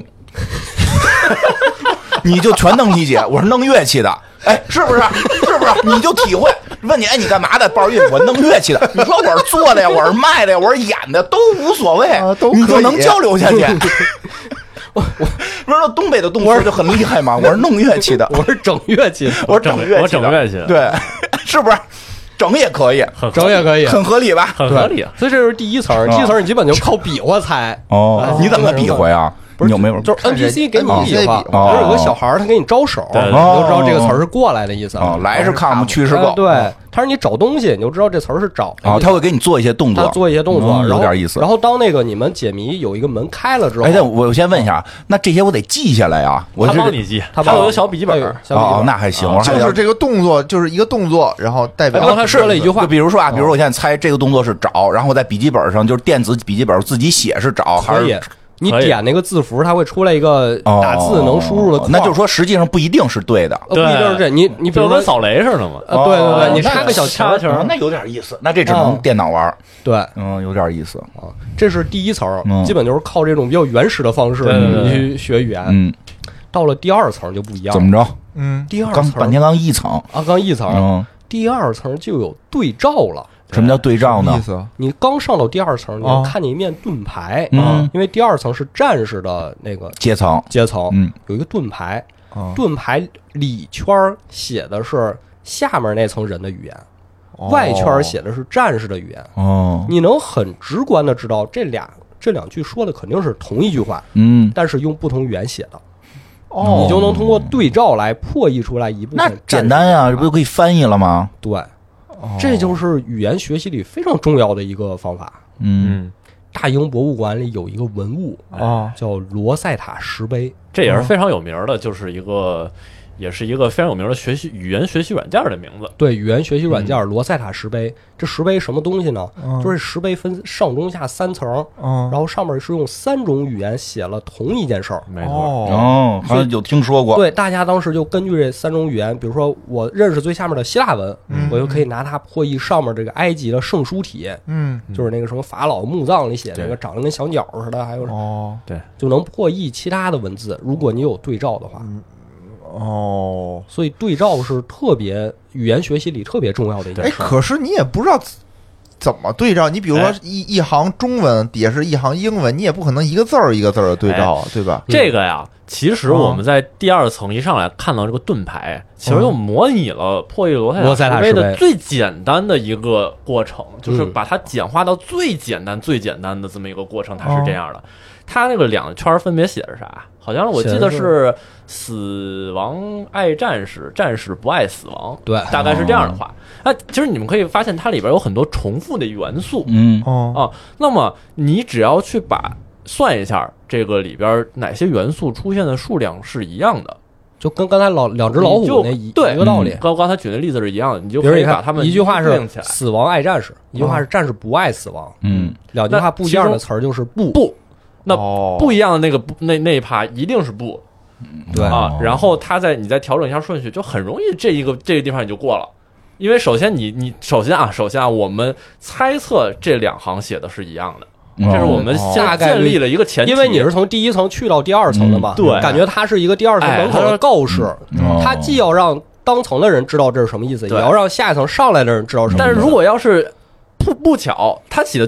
S1: 你就全能理解。我是弄乐器的。是不是？你就体会。问你，你干嘛的？抱着乐，我弄乐器的。你说我是做的呀，我是卖的呀，我是演的，都无所谓，你就能交流下去。我不是说东北的动词就很厉害吗？我是弄乐器的，
S3: 我是整乐器的，
S1: 我整乐器的，对，是不是？整也可以，
S3: 整也可以，
S1: 很合理吧？
S4: 很合理。
S3: 所以这是第一层，第一层你基本就靠比划猜。
S1: 你怎么比划呀？你有没有？
S3: 就是 NPC 给你比划，不是有个小孩他给你招手，你就知道这个词儿是过来的意思。
S1: 来是 come， 去是 go。
S3: 对，他让你找东西，你就知道这词儿是找。
S1: 他会给你做一些动作，
S3: 有
S1: 点意思。
S3: 然后当那个你们解谜有一个门开了之后，
S1: 那我先问一下，那这些我得记下来啊？
S4: 他帮你记，他有个小笔记本。
S1: 那还行。
S2: 就是这个动作就是一个动作，然后代表。
S3: 然后他说了一句话，
S1: 就比如说比如我现在猜这个动作是找，然后我在笔记本上就是电子笔记本自己写是找，还是？
S3: 你点那个字符，它会出来一个打字能输入的，
S1: 那就是说实际上不一定是对的，
S3: 不一定是这。你比如说
S4: 跟扫雷似的嘛，
S3: 对，你插个小
S4: 插球，
S1: 那有点意思。那这只能电脑玩，
S3: 对，
S1: 有点意思
S3: 啊。这是第一层，基本就是靠这种比较原始的方式去学语言。到了第二层就不一样，
S1: 怎么着？
S3: 第二层
S1: 半天刚一层
S3: 刚一层，第二层就有对照了。
S1: 什么叫对照呢？
S3: 你刚上到第二层，你能看见一面盾牌，因为第二层是战士的那个阶层，有一个盾牌，盾牌里圈写的是下面那层人的语言，外圈写的是战士的语言。你能很直观的知道这两句说的肯定是同一句话，但是用不同语言写的。你就能通过对照来破译出来一部分。
S1: 那简单呀，这不就可以翻译了吗？
S3: 对。这就是语言学习里非常重要的一个方法。大英博物馆里有一个文物叫罗塞塔石碑，
S4: 这也是非常有名的，就是也是一个非常有名的语言学习软件的名字。
S3: 对，语言学习软件罗塞塔石碑。这石碑什么东西呢？就是石碑分上中下3层，然后上面是用3种语言写了同一件事儿。
S4: 没错，
S1: 好像有听说过。
S3: 对，大家当时就根据这3种语言，比如说我认识最下面的希腊文，我就可以拿它破译上面这个埃及的圣书体，就是那个什么法老墓葬里写那个长得跟小鸟似的，还有
S4: 对，
S3: 就能破译其他的文字。如果你有对照的话。所以对照是特别语言学习里特别重要的一件事。
S2: 可是你也不知道怎么对照。你比如说一行中文底下是一行英文，你也不可能一个字儿一个字儿的对照，对吧？
S4: 这个呀，其实我们在第二层一上来看到这个盾牌，其实又模拟了破译罗塞塔石碑的最简单的一个过程，就是把它简化到最简单的这么一个过程。它是这样的，它那个2圈分别写着啥？好像我记得是死亡爱战士，战士不爱死亡，
S3: 对，
S4: 大概是这样的话。其实你们可以发现它里边有很多重复的元素，那么你只要去算一下这个里边哪些元素出现的数量是一样的，
S3: 就跟刚才2只老虎那一个道理，
S4: 刚才举的例子是一样的，你就可以把它们
S3: 一句话是死亡爱战士，一句话是战士不爱死亡，两句话不一样的词儿就是不。
S4: 那不一样的那个那一趴一定是不，
S3: 对
S4: 啊，然后你再调整一下顺序，就很容易这个地方你就过了，因为首先你首先我们猜测这2行写的是一样的，这是我们现在建立了一个前提，
S3: 因为你是从第一层去到第二层的嘛，
S4: 对，
S3: 感觉它是一个第二层门口的告示，它既要让当层的人知道这是什么意思，也要让下一层上来的人知道什么意思。
S4: 但是如果要是不巧，他写的就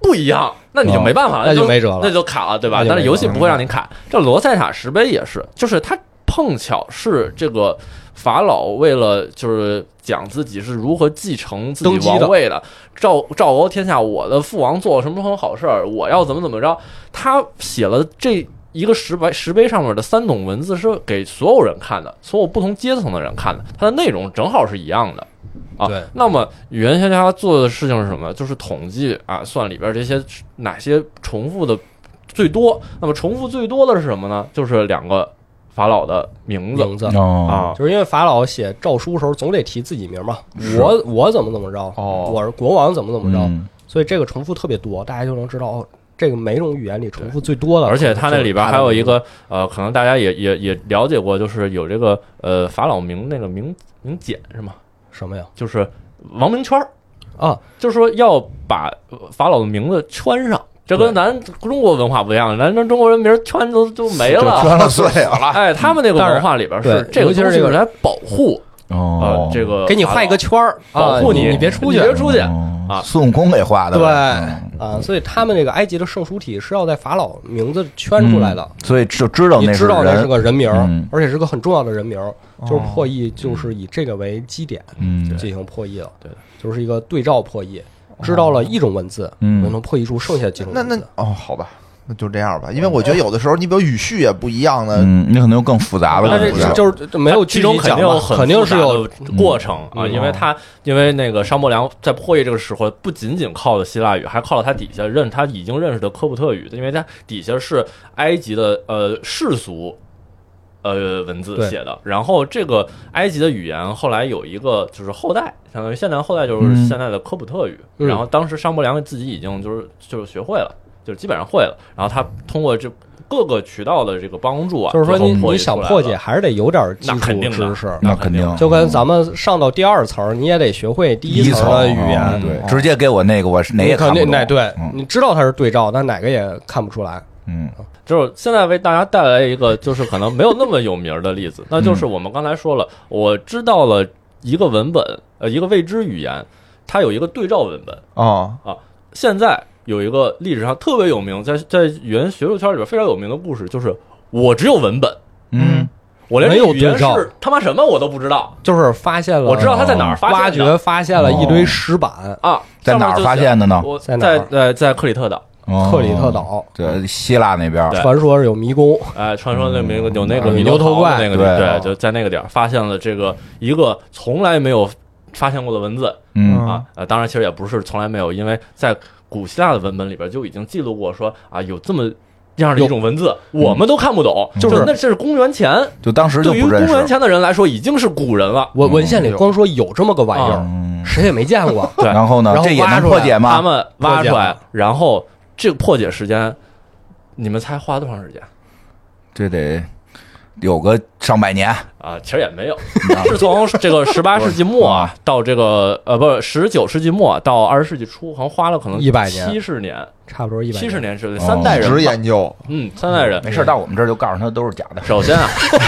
S4: 不一样，那你就没办法了，
S3: 那就没辙了，
S4: 那就卡了，对吧？但是游戏不会让你卡。这罗塞塔石碑也是，就是它碰巧是这个法老为了就是讲自己是如何继承自己王位的，昭告天下，我的父王做了什么好事儿，我要怎么着，他写了这一个石碑上面的3种文字是给所有人看的，所有不同阶层的人看的，它的内容正好是一样的。
S3: 对，
S4: 那么语言学家做的事情是什么？就是统计算里边这些哪些重复的最多。那么重复最多的是什么呢？就是2个法老的名字
S3: 就是因为法老写诏书的时候总得提自己名嘛，我怎么着，我是国王怎么着，所以这个重复特别多，大家就能知道这个每种语言里重复最多的。
S4: 而且它那里边还有一个可能大家也了解过，就是有这个法老名那个名简是吗？
S3: 什么呀？
S4: 就是亡名圈
S3: 啊，
S4: 就是说要把法老的名字圈上。这跟咱中国文化不一样，咱中国人名圈都没了，
S2: 圈了碎了。
S4: 哎，他们那个文化里边是这个东西是来保护这个
S3: 给你画一个圈儿，
S4: 保护
S3: 你别出去
S4: 啊。
S1: 孙悟空给画的，
S3: 对所以他们这个埃及的圣书体是要在法老名字圈出来的，
S1: 所以就知道那是
S3: 个人名，而且是个很重要的人名，就是破译，就是以这个为基点进行破译了，对，就是一个对照破译。知道了一种文字，能破译出剩下几种文字。
S2: 好吧，那就这样吧。因为我觉得有的时候，你比如语序也不一样的，
S1: 你可能更复杂了。
S3: 但是就是没有具体讲嘛，肯定是有
S4: 过程啊。因为那个商伯良在破译这个时候，不仅仅靠了希腊语，还靠了他底下他已经认识的科普特语，因为他底下是埃及的世俗。文字写的，然后这个埃及的语言后来有一个就是后代，相当于现在后代就是现在的科普特语，然后当时商伯良自己已经就是学会了，就是基本上会了，然后他通过这各个渠道的这个帮助
S3: 就是说你想破解还是得有点基础知识，
S1: 那肯定，
S3: 就跟咱们上到第2层，你也得学会第1层的语言，
S1: 对，直接给我那个我哪也看不懂，
S3: 对，你知道它是对照，但哪个也看不出来，
S4: 就是现在为大家带来一个就是可能没有那么有名的例子，那就是我们刚才说了，我知道了一个文本，一个未知语言，它有一个对照文本现在有一个历史上特别有名，在语言学术圈里边非常有名的故事，就是我只有文本，我连语言是他妈什么我都不知道，
S3: 就是发现了，
S4: 我知道它在哪儿
S3: 挖掘发现了一堆石板
S1: 在哪儿发现的呢？
S4: 在克里特岛。
S3: 克里特岛，
S1: 对，希腊那边，
S3: 传说是有迷宫，
S4: 传说那有那个牛头怪那个对，就在那个点发现了这个一个从来没有发现过的文字，当然其实也不是从来没有，因为在古希腊的文本里边就已经记录过说有这么样的一种文字，我们都看不懂，就是那是公元前，
S1: 就当时就不认识，
S4: 对于公元前的人来说已经是古人了。
S3: 文献里光说有这么个玩意儿，谁也没见过。
S4: 对，
S1: 然后呢，这也能破解吗？
S4: 他们挖出来，然后。这个破解时间，你们猜花多长时间？
S1: 这得有个上百年
S4: 其实也没有，是从这个18世纪末到这个不是19世纪末到20世纪初，好像花了可能
S3: 100年、
S4: 70年，
S3: 差不多
S4: 70年是3代人
S2: 研究
S4: ，3代人
S1: 没事，到我们这儿就告诉他都是假的。
S4: 首先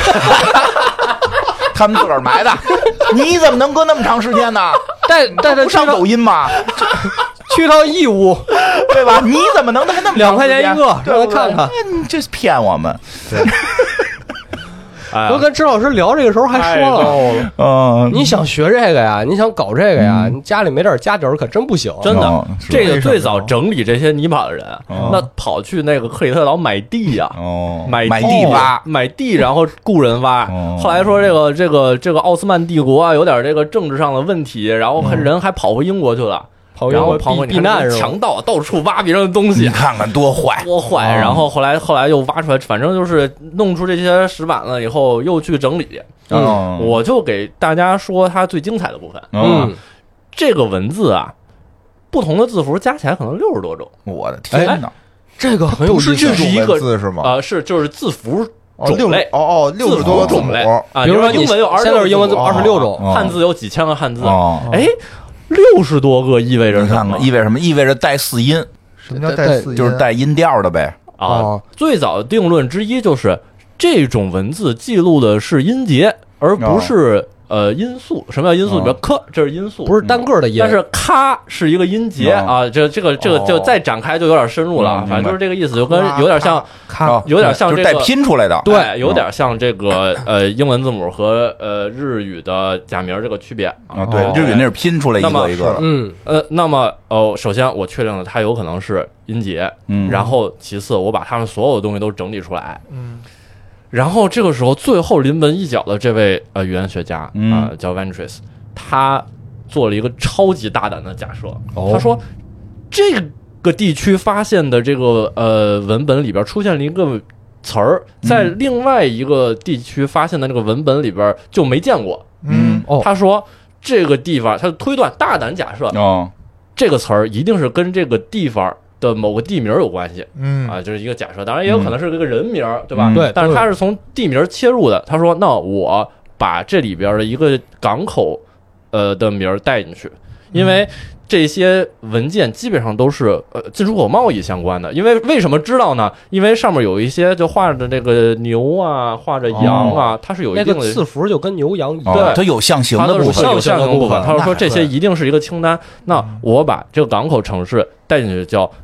S1: 他们自个儿埋的，你怎么能搁那么长时间呢？
S3: 带他
S1: 不上抖音吗？
S3: 去趟义乌，
S1: 对吧？你怎么能带那么
S3: 2块钱一个，让他看看？
S1: 这是骗我们。
S3: 我跟支老师聊这个时候还说了，你想学这个呀，你想搞这个呀，你家里没点家底儿可真不行，
S4: 真的。这个最早整理这些泥巴的人，那跑去那个克里特岛买地呀，买地
S1: 挖，
S4: 买地，然后雇人挖。后来说这个奥斯曼帝国有点这个政治上的问题，然后人还跑回英国去了。然后跑回
S3: 避难，
S4: 强盗到处挖别人的东西，
S1: 你看看多坏，
S4: 然后后来又挖出来，反正就是弄出这些石板了以后，又去整理。我就给大家说它最精彩的部分。这个文字不同的字符加起来可能60多种。
S1: 我的天哪，
S3: 这个很有意思。
S2: 这是一个字是吗？
S4: 就是字符种类。
S2: 60多个
S4: 种类
S3: 比如说
S4: 英文有
S3: 现在是英文字26种，
S4: 汉字有几千个汉字。60多个意味着什么？
S1: 意味着什么？意味着带4音。
S2: 什么叫带4音？
S1: 就是带音调的呗。
S4: 最早的定论之一就是这种文字记录的是音节，而不是音素。什么叫音素？比如科，这是音素，
S3: 不是单个的音，
S4: 但是咔是一个音节啊。这个就再展开就有点深入了，反正就是这个意思，就跟有点像
S2: 咔，
S4: 有点像这个
S1: 带拼出来的，
S4: 对，有点像这个英文字母和日语的假名这个区别啊。
S1: 对，日语那是拼出来一个一个
S4: 的。那么首先我确定了它有可能是音节，然后其次我把它们所有的东西都整理出来，然后这个时候最后临门一脚的这位语言学家叫 Ventris， 他做了一个超级大胆的假设，他说这个地区发现的这个文本里边出现了一个词儿，在另外一个地区发现的这个文本里边就没见过。他说这个地方，他推断大胆假设，这个词儿一定是跟这个地方的某个地名有关系，就是一个假设，当然也有可能是这个人名，对吧？
S3: 对，
S4: 但是他是从地名切入的。他说，那我把这里边的一个港口的名带进去，因为这些文件基本上都是进出口贸易相关的。因为为什么知道呢？因为上面有一些就画着这个牛啊，画着羊啊，它是有一定的
S3: 那个字符就跟牛羊一样，
S1: 对，它有象形的部分，
S4: 有象形的部分。他说这些一定是一个清单。那我把这个港口城市带进去，叫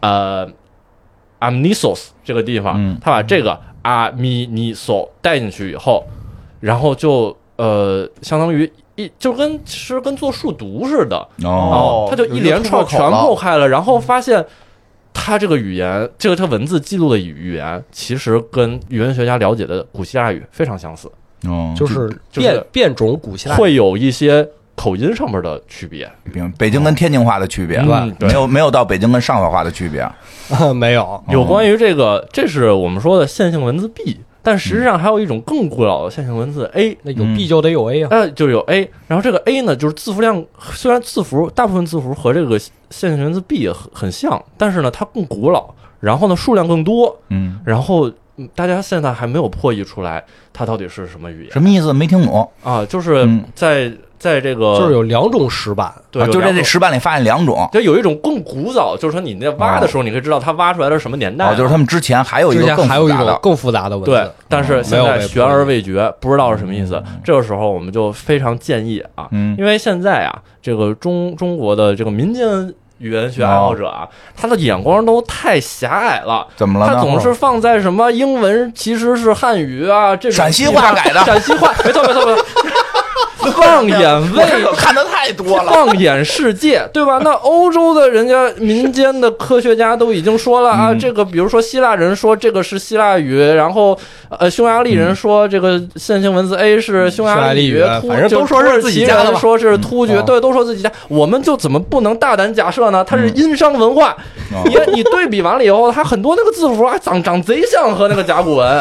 S4: Amnisos 这个地方，他把这个阿米尼索带进去以后，然后就相当于就其实跟做数独似的他就一连串全破开了，然后发现他这个语言，这个他文字记录的语言，其实跟语言学家了解的古希腊语非常相似，
S3: 就是变种古希腊语，
S4: 会有一些口音上面的区别，
S1: 北京跟天津话的区别，没有到北京跟上海话的区别，
S3: 没有。
S4: 有关于这个，这是我们说的线性文字 B。但实际上还有一种更古老的线性文字 A，
S3: 那有 B 就得有 A 啊，
S4: 就有 A。然后这个 A 呢，就是字符量，虽然大部分字符和这个线性文字 B 很像，但是呢它更古老，然后呢数量更多，然后大家现在还没有破译出来它到底是什么语言，
S1: 什么意思？没听懂
S4: 啊，就是在这个
S3: 就是有两种石板，
S4: 对，
S1: 就在这石板里发现两种，
S4: 就有一种更古早，就是说你那挖的时候，你可以知道它挖出来的是什么年代，
S1: 就是他们之前还有一个
S3: 更复杂的文字，
S4: 对，但是现在悬而未决，不知道是什么意思。这个时候我们就非常建议啊，因为现在啊，这个中国的这个民间语言学爱好者啊，他的眼光都太狭隘了。
S1: 怎么了？
S4: 他总是放在什么英文其实是汉语啊，这
S1: 陕西话改的，
S4: 陕西话，没错。放眼未
S1: 看的太多了，
S4: 放眼世界，对吧？那欧洲的人家民间的科学家都已经说了啊，这个比如说希腊人说这个是希腊语，然后匈牙利人说这个线性文字 A 是匈牙利语，
S3: 反正都说是自己家的，
S4: 说是突厥，对，都说自己家。我们就怎么不能大胆假设呢？它是殷商文化，你对比完了以后，它很多那个字符啊，长贼像和那个甲骨文。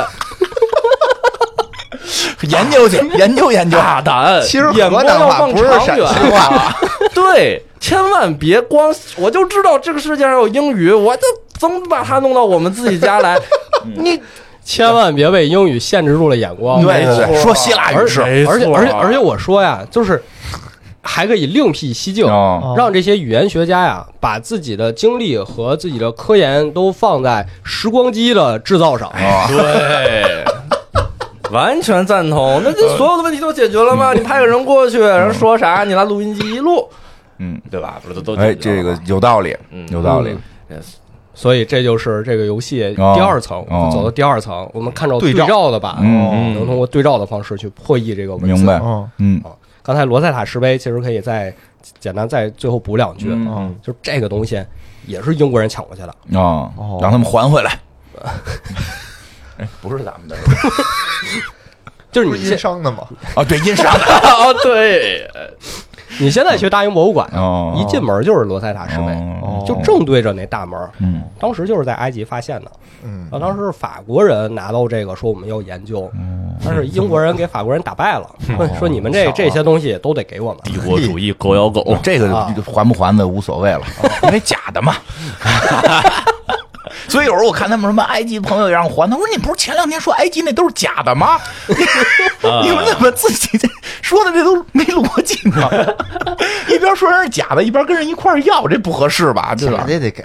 S1: 研究去，研究
S4: 大胆，
S2: 其实
S4: 眼光要放长远
S2: 话，
S4: 对，千万别光我就知道这个世界上有英语，我就总把它弄到我们自己家来，你
S3: 千万别被英语限制住了眼光。
S1: 对，说希腊语是，
S3: 而且我说呀，就是还可以另辟蹊径，让这些语言学家呀，把自己的精力和自己的科研都放在时光机的制造上。
S4: 对。完全赞同，那这所有的问题都解决了吗？你派个人过去，人说啥，你拿录音机一录，对吧？不是都
S1: 这个有道理，有道理。
S3: 所以这就是这个游戏第二层，我们走到第二层，我们看到对照的吧，能通过对照的方式去破译这个文字。
S1: 明白，
S3: 刚才罗塞塔石碑其实可以再简单再最后补两句，就是这个东西也是英国人抢过去的
S1: 让他们还回来。不是咱们的，
S3: 就是你
S2: 殷商的嘛？
S1: 对，殷商的。
S4: 对。
S3: 你现在去大英博物馆，一进门就是罗塞塔石碑，就正对着那大门。当时就是在埃及发现的。当时是法国人拿到这个，说我们要研究，但是英国人给法国人打败了，说你们这些东西都得给我们。
S4: 帝国主义狗咬狗，
S1: 这个还不还的无所谓了，因为假的嘛。所以有时候我看他们什么埃及朋友让还，他说你不是前2天说埃及那都是假的吗？你们怎么自己说的这都没逻辑呢？一边说人是假的，一边跟人一块要，这不合适吧？
S2: 假的也得给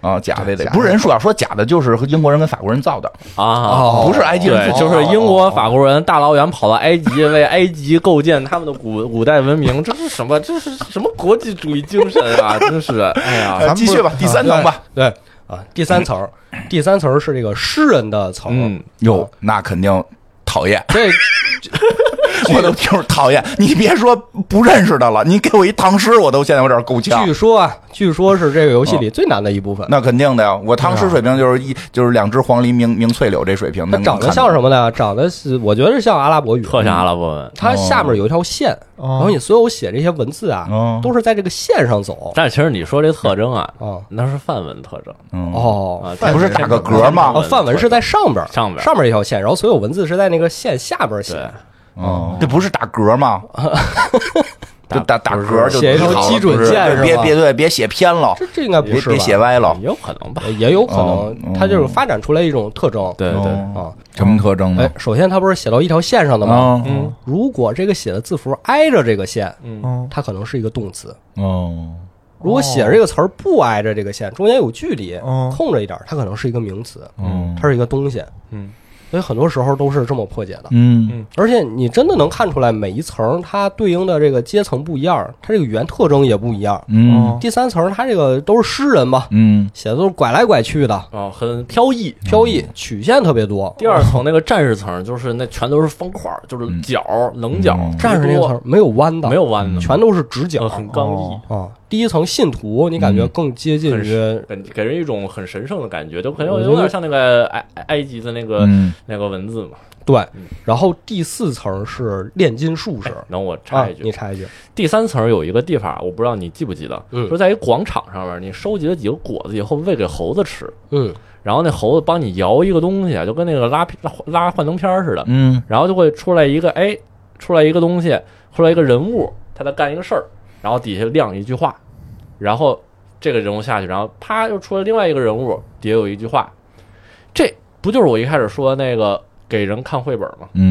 S1: 啊，假的不是人说说假的，就是英国人跟法国人造的
S4: 啊，
S1: 不是埃及人，
S4: 对，就是英国法国人大老远跑到埃及，为埃及构建他们的古代文明，这是什么？这是什么国际主义精神啊？真是，哎呀，
S1: 咱继续吧，第三层吧，
S3: 对啊，第三层是这个诗人的层，
S1: 哟，那肯定讨厌
S3: 这。
S1: 我都听着讨厌，你别说不认识的了，你给我一唐诗，我都现在有点够呛。
S3: 据说是这个游戏里最难的一部分。
S1: 那肯定的呀，我唐诗水平就是两只黄鹂鸣翠柳这水平。
S3: 它长得像什么呢？长得是我觉得是像阿拉伯语，
S4: 特像阿拉伯文。
S3: 它下面有一条线，然后你所有写这些文字啊，都是在这个线上走。
S4: 但是其实你说这特征啊，那是梵文特征。
S1: 不是打个格吗？
S3: 梵文是在上边一条线，然后所有文字是在那个线下边写。
S1: 这不是打格吗？就打格就
S3: 写一条基准线是
S1: 吧？别写偏了，
S3: 这应该不是，
S1: 别写歪了，
S4: 也有可能吧，
S3: 也有可能，它就是发展出来一种特征。
S4: 对
S1: 什么特征呢？
S3: 首先它不是写到一条线上的吗？如果这个写的字符挨着这个线，它可能是一个动词。如果写这个词儿不挨着这个线，中间有距离，空着一点，它可能是一个名词。它是一个东西。所以很多时候都是这么破解的，而且你真的能看出来每一层它对应的这个阶层不一样，它这个语言特征也不一样。第三层它这个都是诗人嘛，写的都是拐来拐去的，
S4: 很飘逸，
S3: 曲线特别多。
S4: 第二层那个战士层就是那全都是方块，就是角棱角，
S3: 战士那层没有弯的，全都是直角，
S4: 很刚毅
S3: 啊。第一层信徒，你感觉更接近于，
S4: 给人一种很神圣的感觉，就很有点像那个埃及的那个文字嘛。
S3: 对，然后第四层是炼金术士。
S4: 然后我插一句，
S3: 你插一句。
S4: 第三层有一个地方，我不知道你记不记得，说在一广场上面，你收集了几个果子以后喂给猴子吃，然后那猴子帮你摇一个东西，就跟那个拉幻灯片似的，然后就会出来一个东西，出来一个人物，他在干一个事儿，然后底下亮一句话。然后这个人物下去，然后啪又出来另外一个人物，底下有一句话，这不就是我一开始说那个给人看绘本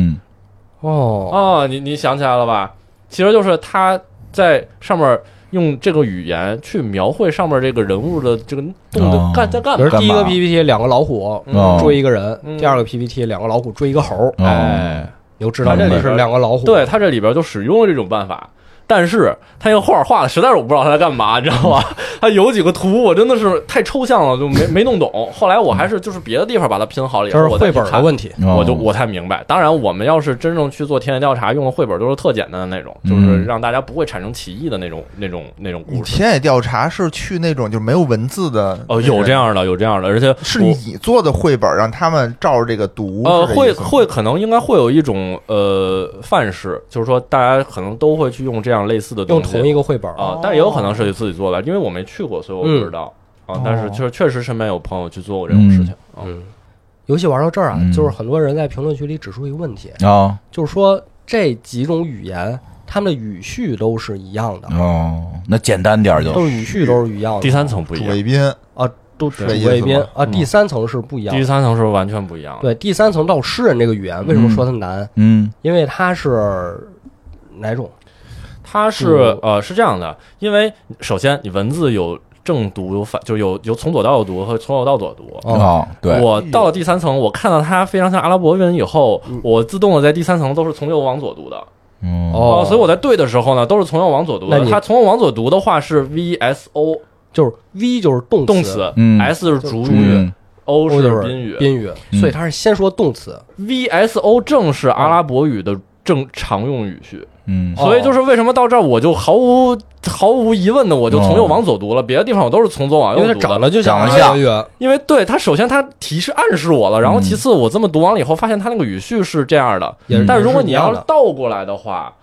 S4: 吗？你想起来了吧？其实就是他在上面用这个语言去描绘上面这个人物的这个动作在干嘛。
S3: 第一个 PPT 两个老虎追一个人，第二个 PPT 两个老虎追一个猴。你就知道这里是两个老虎。
S4: 对，他这里边就使用了这种办法。但是他那个画的实在是我不知道他在干嘛，你知道吧？他有几个图我真的是太抽象了，就没弄懂。后来我还是就是别的地方把它拼好了以后，
S3: 这是绘本的问题，
S4: 我才明白。当然，我们要是真正去做田野调查，用的绘本都是特简单的那种，就是让大家不会产生歧义的那种故事。
S2: 田野调查是去那种就没有文字的
S4: 有这样的，而且
S2: 是你做的绘本，让他们照着这个读。
S4: 会可能应该会有一种范式，就是说大家可能都会去用这样类似的东西，
S3: 用同一个绘本
S4: 但是也有可能是自己做的，因为我没去过，所以我不知道但是就是确实身边有朋友去做过这种事情。
S3: 游戏玩到这儿就是很多人在评论区里指出一个问题就是说这几种语言他们的语序都是一样的
S1: 那简单点
S3: 都是语序都是一样的。
S4: 第三层不一样，
S2: 主谓宾
S3: 都主谓宾第三层是不一样的，
S4: 第三层是完全不一样的。
S3: 对，第三层到诗人这个语言为什么说它难？因为它是哪种？
S4: 它是是这样的，因为首先你文字有正读有反，就有从左到右读和从右到左读。
S1: 对，
S4: 我到了第三层，我看到它非常像阿拉伯文以后，我自动的在第三层都是从右往左读的。所以我在对的时候呢，都是从右往左读的。它从右往左读的话是 VSO，
S3: 就是 V 就是动
S4: 词，S 是主语，O 是宾语，
S3: 所以它是先说动词。
S4: VSO 正是阿拉伯语的常用语序。所以就是为什么到这儿我就毫无疑问的我就从右往左读了，别的地方我都是从左往右读的，
S3: 因为它长得就像
S4: 因为对它首先它提示暗示我了，然后其次我这么读完了以后发现它那个语序是这样的，但是如果你要倒过来的话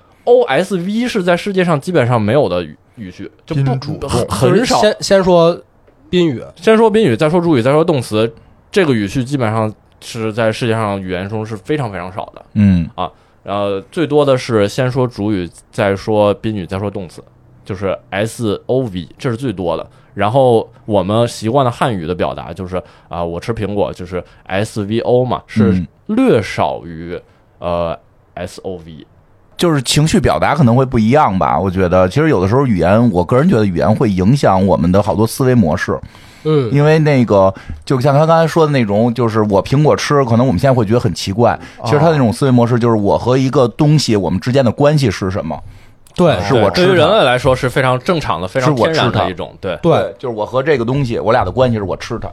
S4: OSV 是在世界上基本上没有的语序，就很少。
S3: 先说宾语
S4: 再说主语再说动词，这个语序基本上是在世界上语言中是非常非常少的。最多的是先说主语再说宾语再说动词，就是 SOV， 这是最多的。然后我们习惯的汉语的表达就是我吃苹果就是 SVO 嘛，是略少于SOV。
S1: 就是情绪表达可能会不一样吧，我觉得其实有的时候语言，我个人觉得语言会影响我们的好多思维模式。 因为那个就像他刚才说的那种，就是我苹果吃，可能我们现在会觉得很奇怪，其实他那种思维模式就是我和一个东西我们之间的关系是什么？
S3: 对，
S1: 是我吃它。
S4: 对于人类来说是非常正常的、非常天然的一种。对，
S1: 就是我和这个东西，我俩的关系是我吃它。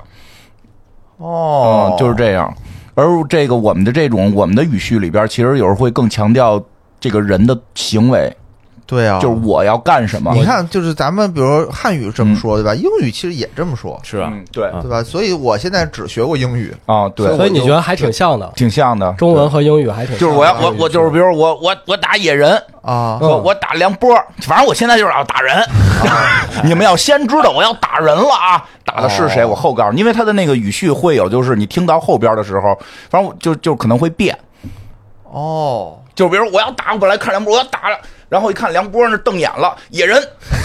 S1: 就是这样。而这个我们的语序里边，其实有时候会更强调这个人的行为。
S2: 对啊，
S1: 就是我要干什么？
S2: 你看，就是咱们比如汉语这么说，对吧？英语其实也这么说，
S4: 是吧？
S1: 对
S2: 吧？所以我现在只学过英语
S1: 啊，对。
S3: 所以你觉得还挺像的，
S1: 挺像的。
S3: 中文和英语还挺像的。
S1: 就是我就是比如我打野人
S2: 啊，
S1: 我打梁波，反正我现在就是要打人。你们要先知道我要打人了啊！打的是谁？我后告诉你，因为他的那个语序会有，就是你听到后边的时候，反正就可能会变。就比如我要打，我本来看梁波，我要打了。然后一看梁波那瞪眼了，野人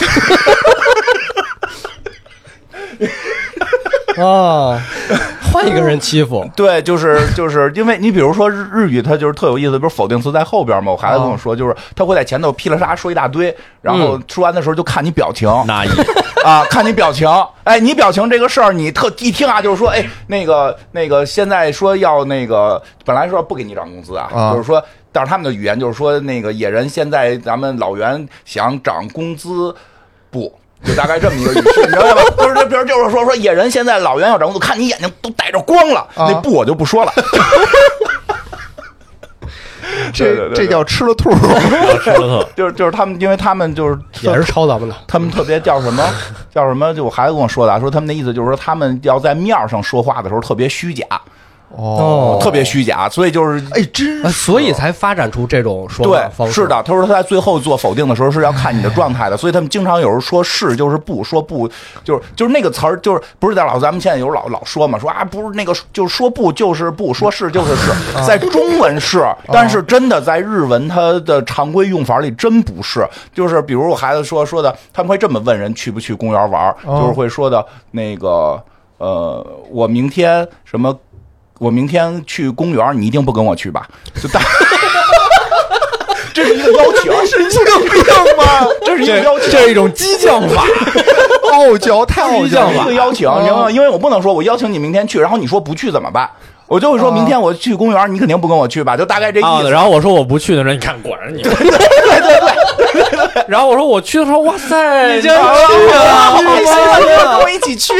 S3: 换一个人欺负。
S1: 对，就是因为你比如说日语，它就是特有意思，比如否定词在后边嘛。我孩子跟我说，就是他会在前头噼里啪啦说一大堆，然后说完的时候就看你表情。
S4: 那
S1: 看你表情，哎，你表情这个事儿，你一听啊，就是说，哎，那个，现在说要那个，本来说不给你涨工资啊，就是说。但是他们的语言就是说，那个野人现在咱们老袁想涨工资，不，就大概这么一个语气，你知道吧？就是说野人现在老袁要涨工资，看你眼睛都带着光了，那不我就不说了。
S2: 这叫吃了兔，
S1: 就是他们，因为他们就是
S3: 也是抄咱们的，
S1: 他们特别叫什么？就我孩子跟我说的，说他们的意思就是说，他们要在面上说话的时候特别虚假。特别虚假，所以就是
S2: 真
S3: 所以才发展出这种说法方式。
S1: 是的，他说他在最后做否定的时候是要看你的状态的，所以他们经常有时候说是就是不，说不就是那个词儿，就是不是在咱们现在有老说嘛，说啊不是那个就是说不就是不，说是就是是，在中文是，但是真的在日文它的常规用法里真不是，就是比如我孩子说的，他们会这么问人去不去公园玩，就是会说的那个我明天什么。我明天去公园，你一定不跟我去吧？就这是一个要求，
S2: 神经病吗？
S1: 这是一个要求，
S4: 这是一种激将法，
S2: 傲娇太傲娇了。
S1: 一个邀请，你知道吗？因为我不能说我邀请你明天去，然后你说不去怎么办？我就会说明天我去公园，你肯定不跟我去吧？就大概这意思。
S4: 然后我说我不去的时候，你看果然你。对。然后我说我去的时候，哇塞，
S3: 你竟然去了，
S1: 好开心啊！跟我一起去。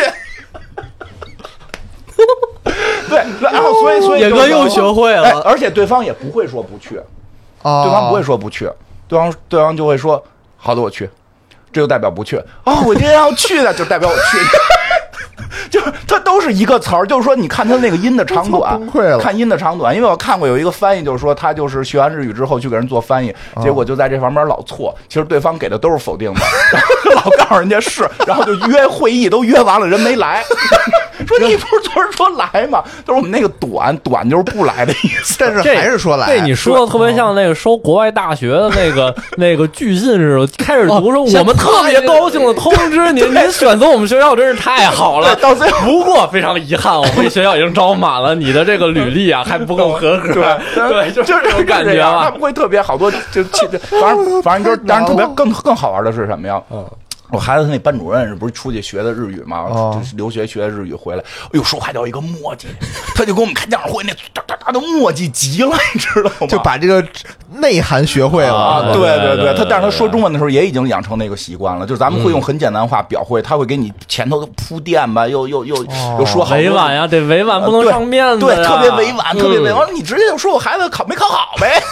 S1: 对，然后所以
S3: 野哥又学会了，
S1: 而且对方也不会说不去，对方不会说不去，对方就会说好的我去，这就代表不去我一定要去的，就代表我去。就是它都是一个词儿，就是说你看它那个音的长短，
S2: 崩溃了。
S1: 看音的长短，因为我看过有一个翻译，就是说他就是学完日语之后去给人做翻译，结果就在这方面老错。其实对方给的都是否定的，老告诉人家是，然后就约会议都约完了，人没来。说你不是昨儿说来吗？都是我们那个短就是不来的意思，
S2: 但是还是说来。
S4: 对你说的特别像那个收国外大学的那个拒信似的，开始读说我们特别高兴的通知您选择我们学校真是太好了。
S1: 到最后，
S4: 不过非常遗憾，我们学校已经招满了，你的这个履历啊还不够合格。对，就是这种感觉吧。
S1: 他不会特别好多，反正就是，当然特别更好玩的是什么呀？我孩子那班主任是不是出去学的日语嘛？就是留学学的日语回来，哎呦，说话叫一个墨迹，他就给我们开家长会，那哒都墨迹极了，你知道吗？
S2: 就把这个内涵学会了。
S1: 对，但是他说中文的时候也已经养成那个习惯了，就是咱们会用很简单话表会，他会给你前头铺垫吧，又说好
S4: 委婉呀，得委婉，不能上面子，
S1: 对，特别委婉，特别委婉。你直接就说我孩子没考好呗。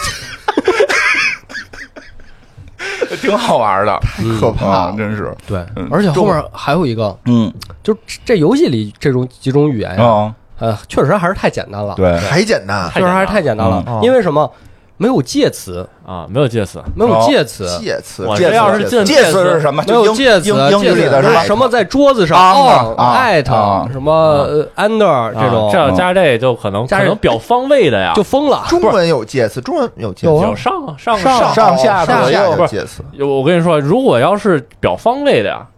S1: 挺好玩的，
S2: 可怕，
S1: 真是。
S3: 对，而且后面还有一个，就这游戏里这种几种语言呀，确实还是太简单了，
S1: 对，
S2: 还简单，
S3: 确实还是太简单了，因为什么？没有介词
S4: 啊，没有介词，
S3: 没有介词，
S1: 介词是什么？
S3: 没有介词，
S1: 英语里的是
S3: 什么在桌子上 at 什么under 这种，
S4: 这要加这就可能表方位的呀，
S3: 就疯了。
S2: 中文有介词，中文有介词，
S4: 有上
S1: 下左右
S2: 介词。
S4: 我跟你说，如果要是表方位的呀，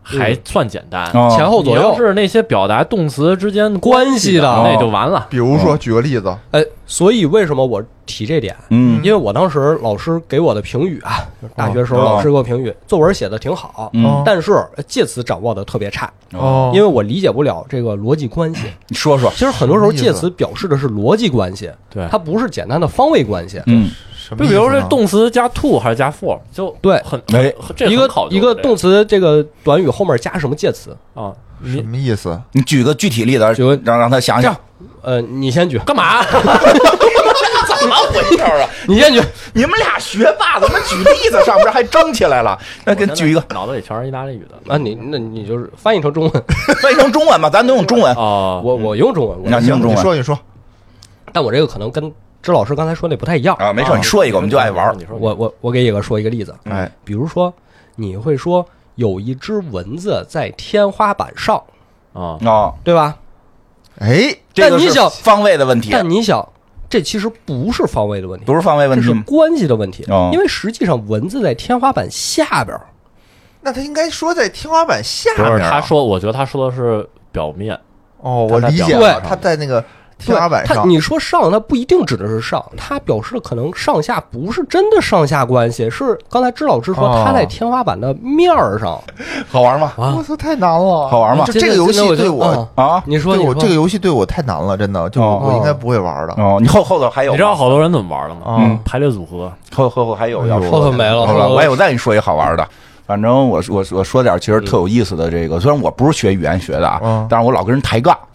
S4: 还算简单，
S3: 前后左右。
S4: 要是那些表达动词之间
S3: 关系的，
S4: 那就完了。
S2: 比如说，举个例子，
S3: 所以为什么我提这点？因为我当时老师给我的评语啊，大学时候老师给我评语，作文写的挺好，但是介词掌握的特别差，因为我理解不了这个逻辑关系。
S1: 你说说，
S3: 其实很多时候介词表示的是逻辑关系，
S4: 对，
S3: 它不是简单的方位关系。
S4: 就比如这动词加 to 还是加 for， 就
S3: 对，一个动词这个短语后面加什么介词
S2: 啊？什么意思？
S1: 你举个具体例子，让他想想。
S3: 你先举，
S4: 干嘛？
S1: 怎么回事啊？
S3: 你先举。
S1: 你们俩学霸怎么举例子上边还争起来了？那给举一个，
S4: 脑子里全是意大利语的
S3: 啊！你就是翻译成中文，
S1: 翻译成中文吧，咱都用中文
S3: 啊。我用中文，
S1: 你用中
S2: 文，你说。
S3: 但我这个可能跟支老师刚才说那不太一样
S1: 啊。没事，你说一个，我们就爱玩。
S3: 我给说一个例子，比如说你会说有一只蚊子在天花板上
S1: 啊，
S3: 对吧？
S1: 这个是方位的问题。
S3: 但你想，这其实不是方位的问题，
S1: 不是方位问题，
S3: 这是关系的问题。因为实际上蚊子在天花板下边，
S2: 那他应该说在天花板下边。
S4: 不是，我觉得他说的是表面。
S2: 我理解了，他在那个天花板上。
S3: 你说上，它不一定指的是上，它表示的可能上下不是真的上下关系，是刚才支老师说它在天花板的面上。
S1: 好玩吗？
S2: 我操，太难了！
S1: 好玩吗？
S2: 就这个游戏对我
S3: 你说
S2: 这个游戏对我太难了，真的，就我应该不会玩的。
S1: 你后头还有？
S4: 你知道好多人怎么玩的吗？排列组合。
S1: 后头还有要说，
S3: 后头没了。
S1: 我再给你说一个好玩的。反正我说点其实特有意思的这个，虽然我不是学语言学的啊，但是我老跟人抬杠。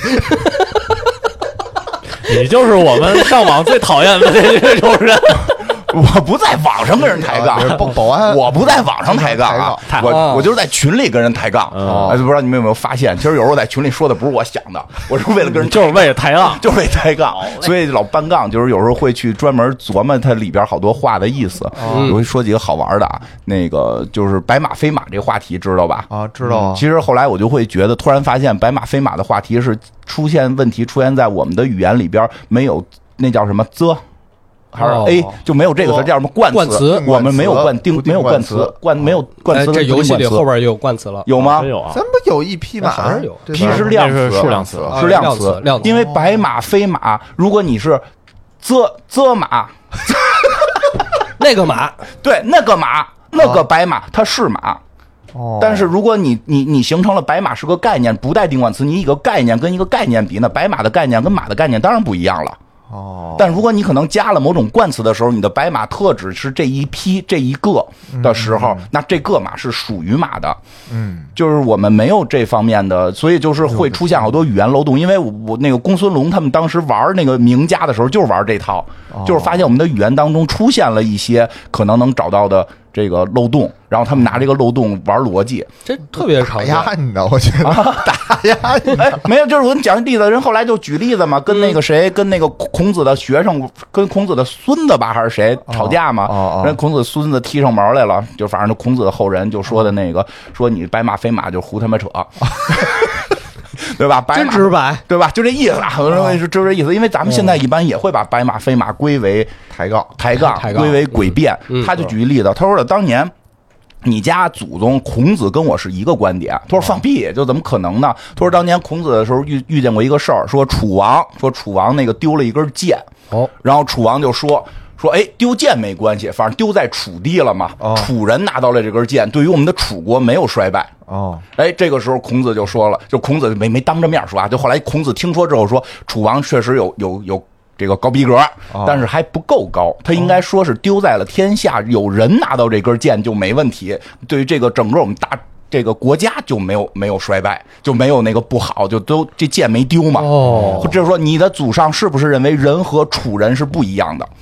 S4: 你就是我们上网最讨厌的这种人。
S1: 我不在网上跟人抬杠，
S2: 保安，
S1: 我不在网上抬杠啊，我就是在群里跟人抬杠。不知道你们有没有发现，其实有时候在群里说的不是我想的，我是为了跟人，
S4: 就是为了抬杠，
S1: 就是为抬杠，所以老搬杠，就是有时候会去专门琢磨它里边好多话的意思。我会说几个好玩的啊，那个就是白马飞马这话题知道吧？
S2: 啊，知道。
S1: 其实后来我就会觉得，突然发现白马飞马的话题是出现在我们的语言里边没有，那叫什么则。还是 A 就没有这个词，叫什么冠词？我们没有冠丁，没有冠词，没有冠词。
S3: 这游戏里后边也有冠词了，
S1: 有吗？
S4: 有啊，
S2: 咱不有一匹马？
S3: 好像有，
S1: 匹是量词，
S4: 数量词，
S1: 是量词。因为白马飞马，如果你是则马，
S3: 那个马，
S1: 对，那个马，那个白马，它是马。但是如果你形成了白马是个概念，不带定冠词，你一个概念跟一个概念比呢，白马的概念跟马的概念当然不一样了。但如果你可能加了某种冠词的时候，你的白马特指是这一批这一个的时候，那这个马是属于马的。就是我们没有这方面的，所以就是会出现好多语言漏洞。因为我那个公孙龙他们当时玩那个名家的时候，就是玩这套，就是发现我们的语言当中出现了一些可能能找到的这个漏洞，然后他们拿这个漏洞玩逻辑，
S3: 这特别常见。
S2: 打压你的，我觉得打压你的。
S1: 没有，就是我给你讲例子，人后来就举例子嘛，跟那个谁，跟那个孔子的学生，跟孔子的孙子吧，还是谁吵架嘛？人孔子孙子踢上毛来了，就反正孔子的后人就说的那个，说你白马飞马就胡他妈扯。对吧？
S3: 真直白，
S1: 对吧？就这意思啊，我认为是就这意思。因为咱们现在一般也会把白马飞马归为抬杠，归为诡辩。他就举一例子，他说了，当年你家祖宗孔子跟我是一个观点。他说放屁，就怎么可能呢？他说当年孔子的时候遇见过一个事儿，说楚王那个丢了一根剑，然后楚王就说，丢剑没关系，反正丢在楚地了嘛。楚人拿到了这根剑，对于我们的楚国没有衰败。这个时候孔子就说了，就孔子没当着面说啊，就后来孔子听说之后说，楚王确实有这个高逼格，但是还不够高，他应该说是丢在了天下，有人拿到这根剑就没问题。对于这个整个我们这个国家就没有衰败，就没有那个不好，就都这剑没丢嘛。就是说你的祖上是不是认为人和楚人是不一样的？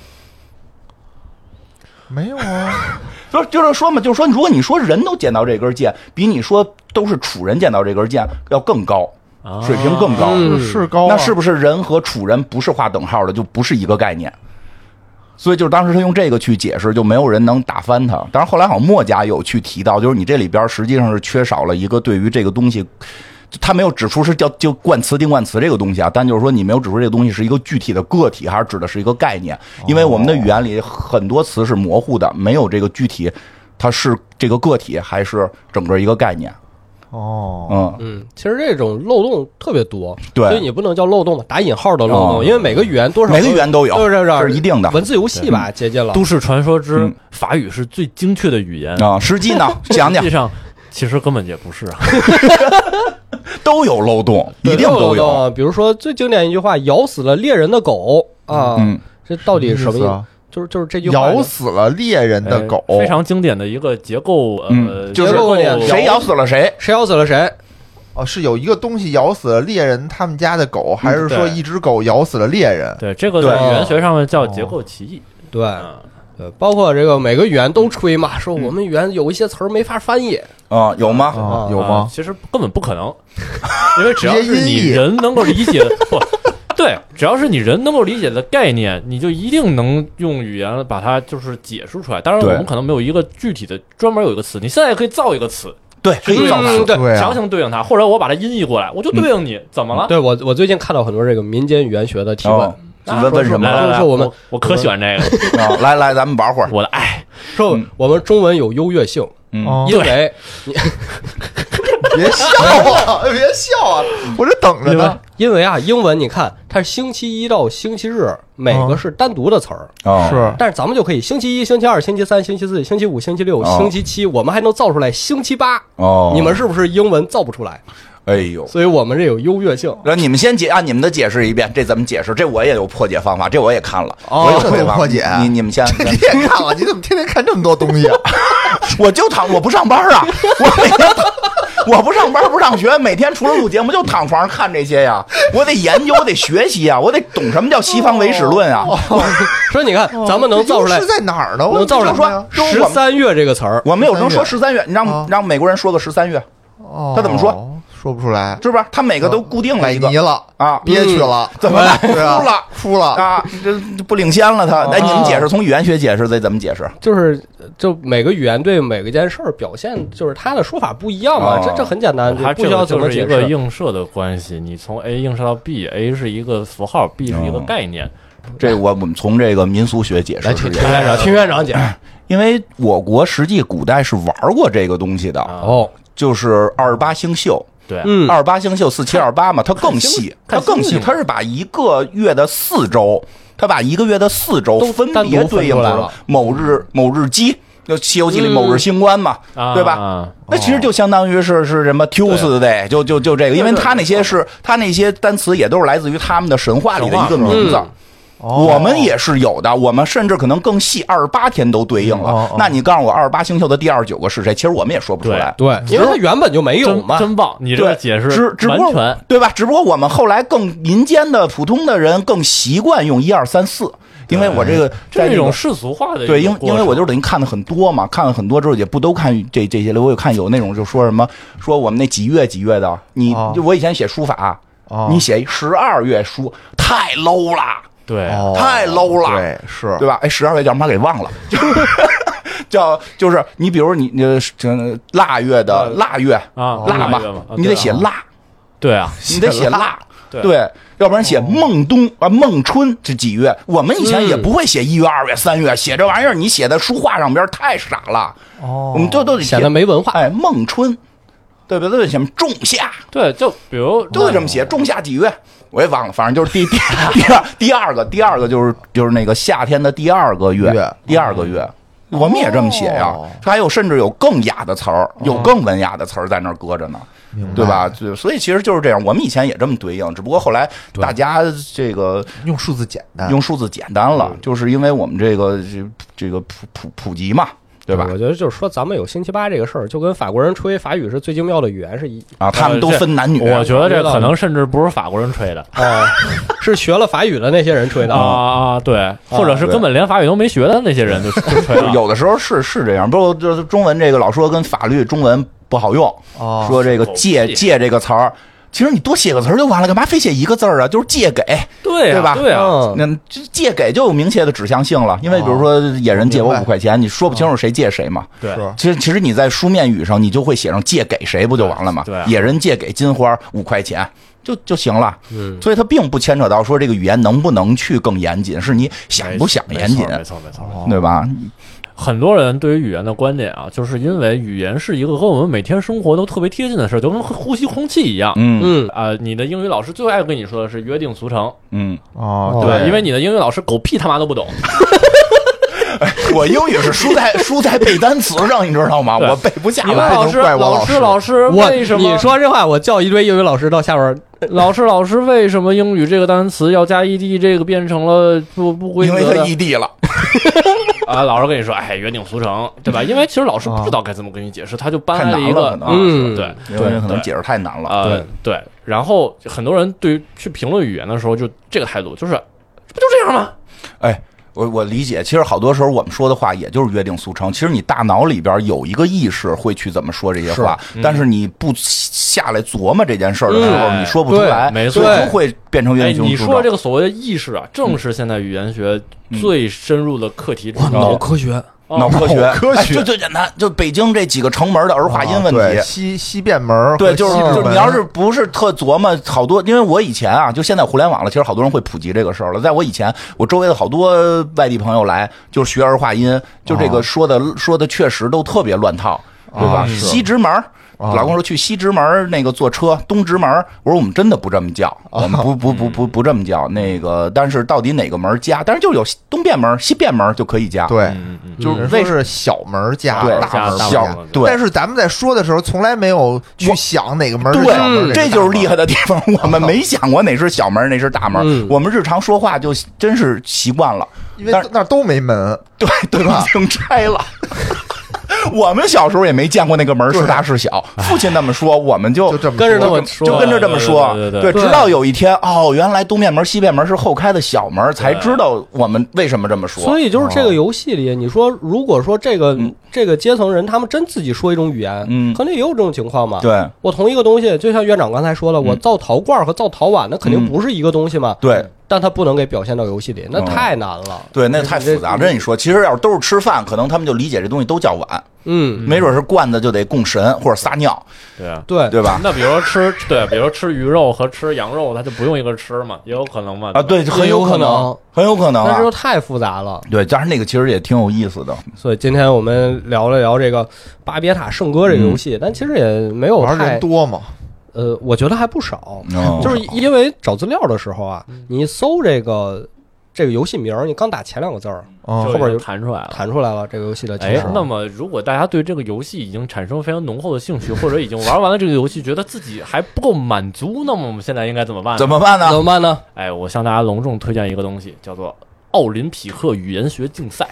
S2: 没有啊。
S1: 就是说嘛，就是说，如果你说人都捡到这根剑，比你说都是楚人捡到这根剑要更高，水平更高，
S2: 是高。
S1: 那是不是人和楚人不是划等号的，就不是一个概念？所以就是当时他用这个去解释，就没有人能打翻他。当然后来好像墨家有去提到，就是你这里边实际上是缺少了一个对于这个东西。他没有指出是就冠词定冠词这个东西啊，但就是说你没有指出这个东西是一个具体的个体，还是指的是一个概念？因为我们的语言里很多词是模糊的，没有这个具体，它是这个个体还是整个一个概念。
S3: 其实这种漏洞特别多，
S1: 对，
S3: 所以你不能叫漏洞嘛，打引号的漏洞，因为每个语言多少
S1: 每个语言都有，
S3: 这
S1: 是一定的。
S3: 文字游戏吧，接近了。
S4: 都市传说之法语是最精确的语言
S1: 啊，实际呢，讲讲，
S4: 实际上其实根本也不是啊，
S1: 都有漏洞，一定都有。
S3: 比如说最经典一句话：“咬死了猎人的狗啊！”这到底什么意思？就是这句话，
S2: 咬死了猎人的狗，
S4: 非常经典的一个结构，
S1: 就是谁咬死了谁，
S3: 谁咬死了谁。
S2: 哦，是有一个东西咬死了猎人他们家的狗，还是说一只狗咬死了猎人？
S4: 对，这个在语言学上面叫结构歧义。
S3: 对，包括这个每个语言都吹嘛，说我们语言有一些词儿没法翻译
S1: 啊，有吗？
S2: 有吗？
S4: 其实根本不可能，因为只要是你人能够理解不。对，只要是你人能够理解的概念，你就一定能用语言把它就是解释出来。当然，我们可能没有一个具体的专门有一个词，你现在可以造一个词，
S1: 对，可以造词，
S3: 对，
S4: 强行对应它，或者我把它音译过来，我就对应你，怎么了？
S3: 对我最近看到很多这个民间语言学的提问，
S1: 问什么？
S4: 来，
S3: 我
S4: 可喜欢这个
S1: 来，咱们玩会儿。
S4: 我的爱，
S3: 说我们中文有优越性，因为你。
S2: 别笑啊！别笑啊！我这等着呢。
S3: 因为英文你看它是星期一到星期日，每个是单独的词儿，
S2: 是。
S3: 但是咱们就可以星期一、星期二、星期三、星期四、星期五、星期六、星期七，我们还能造出来星期八。你们是不是英文造不出来？
S1: 哎呦，
S3: 所以我们这有优越性。
S1: 那你们先按你们的解释一遍，这怎么解释？这我也有破解方法，这我也看了，我有
S2: 破解。
S1: 你们先，
S2: 你也看了？你怎么天天看这么多东西啊？
S1: 我不上班啊，我不上班不上学，每天除了录节目就躺床上看这些呀。我得研究，我得学习啊，我得懂什么叫西方唯史论啊。
S3: 说你看，咱们能造出来
S2: 是在哪儿呢？
S3: 能造出来说13月这个词儿，
S1: 我们有人说13月，你让美国人说个13月，他怎么说？
S2: 说不出来，
S1: 是不是？他每个都固定了一个，
S2: 泥了
S1: 啊，
S2: 憋屈了，
S1: 怎么了？
S2: 哭了
S1: 啊！这不领先了他。哎，你们解释，从语言学解释得怎么解释？
S3: 就每个语言对每个件事儿表现，就是他的说法不一样嘛。这很简单，
S4: 它
S3: 不需要怎么解释。
S4: 一个映射的关系，你从 A 映射到 B，A 是一个符号 ，B 是一个概念。
S1: 这我们从这个民俗学解释。
S3: 听院长讲，
S1: 因为我国实际古代是玩过这个东西的就是28星宿。
S4: 对
S1: ，28星宿4728嘛，它更细，它是把一个月的4周，它把一个月的4周分别对应了某日基，就《西游记》里某日星官嘛，对吧？那其实就相当于是什么 Tuesday， 就这个，因为它那些单词也都是来自于他们的神话里的一个名字。我们也是有的，我们甚至可能更细，28天都对应了。那你告诉我28星宿的第29个是谁？其实我们也说不出来。
S3: 对，因为它原本就没有嘛。
S4: 真棒，你这个解释完全
S1: 对吧？只不过我们后来更民间的普通的人更习惯用1、2、3、4，因为我这个
S4: 在这种世俗化的
S1: 对，因为我就等于看的很多嘛，看了很多之后也不都看这些了。我有看有那种就说什么说我们那几月的，我以前写书法，你写12月书太 low 了。
S4: 对，
S1: 太 low 了，
S2: 对，是，
S1: 对吧？哎，12月叫什么给忘了，就是你比如你腊月的腊月
S4: 啊，
S1: 腊嘛，你得写腊，
S4: 对啊，
S1: 你得写腊，对，要不然写孟冬啊孟春这几月，我们以前也不会写1月、2月、3月，写这玩意儿你写在书画上边太傻了，我们都得
S3: 显得没文化，
S1: 哎，孟春。对不对？什么仲夏？
S4: 对，就比如
S1: 都得这么写，仲夏几月？我也忘了，反正就是第二个就是那个夏天的第2个月，第2个月，我们也这么写呀。还有甚至有更雅的词儿，有更文雅的词儿在那儿搁着呢，对吧？所以其实就是这样，我们以前也这么对应，只不过后来大家这个
S2: 用数字简单
S1: 了，就是因为我们这个普及嘛。对吧？
S3: 我觉得就是说，咱们有星期八这个事儿，就跟法国人吹法语是最精妙的语言是一
S1: 啊，他们都分男女。
S4: 我觉得这可能甚至不是法国人吹的
S3: 是学了法语的那些人吹的
S4: 对，或者是根本连法语都没学的那些人就吹了。
S1: 有的时候是这样，不过就是中文这个老说跟法律中文不好用，说这个借这个词儿。其实你多写个词儿就完了，干嘛非写一个字儿啊？就是借给，对吧？
S4: 对啊，
S1: 那借给就有明确的指向性了。因为比如说野人借我5块钱，你说不清楚谁借谁嘛。
S4: 对，
S1: 其实你在书面语上，你就会写上借给谁，不就完了吗？
S4: 对，
S1: 野人借给金花5块钱就行了。所以它并不牵扯到说这个语言能不能去更严谨，是你想不想严谨，
S4: 没错，
S1: 对吧？
S4: 很多人对于语言的观点啊，就是因为语言是一个和我们每天生活都特别贴近的事，就跟呼吸空气一样。你的英语老师最爱跟你说的是约定俗成。对，因为你的英语老师狗屁他妈都不懂。
S1: 我英语是输在背单词上，你知道吗？我背不下来。
S4: 老师，为什么
S3: 你说这话？我叫一堆英语老师到下边。
S4: 老师，为什么英语这个单词要加 ed， 这个变成了不规则的？
S1: 因为它 ed 了。
S4: 老师跟你说，约定俗成，对吧？因为其实老师不知道该怎么跟你解释，他就搬来了一个，对，
S1: 因为可能解释太难了。
S4: 对。然后很多人对于去评论语言的时候，就这个态度，就是不就这样吗？
S1: 我理解，其实好多时候我们说的话也就是约定俗成。其实你大脑里边有一个意识会去怎么说这些话，但是你不下来琢磨这件事儿的时候，你说不出来，
S4: 没错，
S1: 就会变成约定俗成。
S4: 你说这个所谓的意识啊，正是现在语言学最深入的课题之一。
S3: 脑科学。
S1: 脑科学就最简单，就北京这几个城门的儿化音问题，
S2: 西便门，
S1: 对，就是你要是不是特琢磨，好多，因为我以前啊，就现在互联网了，其实好多人会普及这个事儿了。在我以前，我周围的好多外地朋友来，就学儿化音，就这个说的确实都特别乱套，对吧？西直门。老公说去西直门那个坐车，东直门，我说我们真的不这么叫，我们不这么叫那个，但是到底哪个门加？但是就有东便门、西便门就可以加，
S2: 对，
S1: 就是
S2: 为是小门加大门
S1: 小，对。
S2: 但是咱们在说的时候，从来没有去想哪个门是小门，
S1: 这就是厉害的地方。我们没想过哪是小门，哪是大门，我们日常说话就真是习惯了，
S2: 因为那都没门，
S1: 对吧？已经拆了。我们小时候也没见过那个门是大是小，父亲那么说，我们就
S3: 跟着这么说，
S1: 就跟着这么说。对，直到有一天，原来东便门、西便门是后开的小门，才知道我们为什么这么说。
S3: 所以就是这个游戏里，你说如果说这个阶层人他们真自己说一种语言，肯定也有这种情况嘛。
S1: 对，
S3: 我同一个东西，就像院长刚才说的，我造陶罐和造陶碗，那肯定不是一个东西嘛。
S1: 对。
S3: 但它不能给表现到游戏里，那太难了。
S1: 对，那太复杂。跟你说，其实要是都是吃饭，可能他们就理解这东西都叫碗。没准是罐子就得供神或者撒尿。对吧？
S4: 那比如说吃鱼肉和吃羊肉，它就不用一个吃嘛，也有可能嘛。
S1: 对，很有可能，很有可能。
S3: 那这就太复杂了。
S1: 对，加上那个其实也挺有意思的。
S3: 所以今天我们聊了聊这个巴别塔圣歌这个游戏，但其实也没有
S2: 玩人多嘛。
S3: 我觉得还不少，就是因为找资料的时候啊，你搜这个游戏名，你刚打前2个字儿，后边就
S4: 弹出
S3: 来了这个游戏的介绍。
S4: 那么如果大家对这个游戏已经产生非常浓厚的兴趣，或者已经玩完了这个游戏，觉得自己还不够满足，那么我们现在应该怎么办呢？
S1: 怎么办呢？
S4: 我向大家隆重推荐一个东西，叫做奥林匹克语言学竞赛。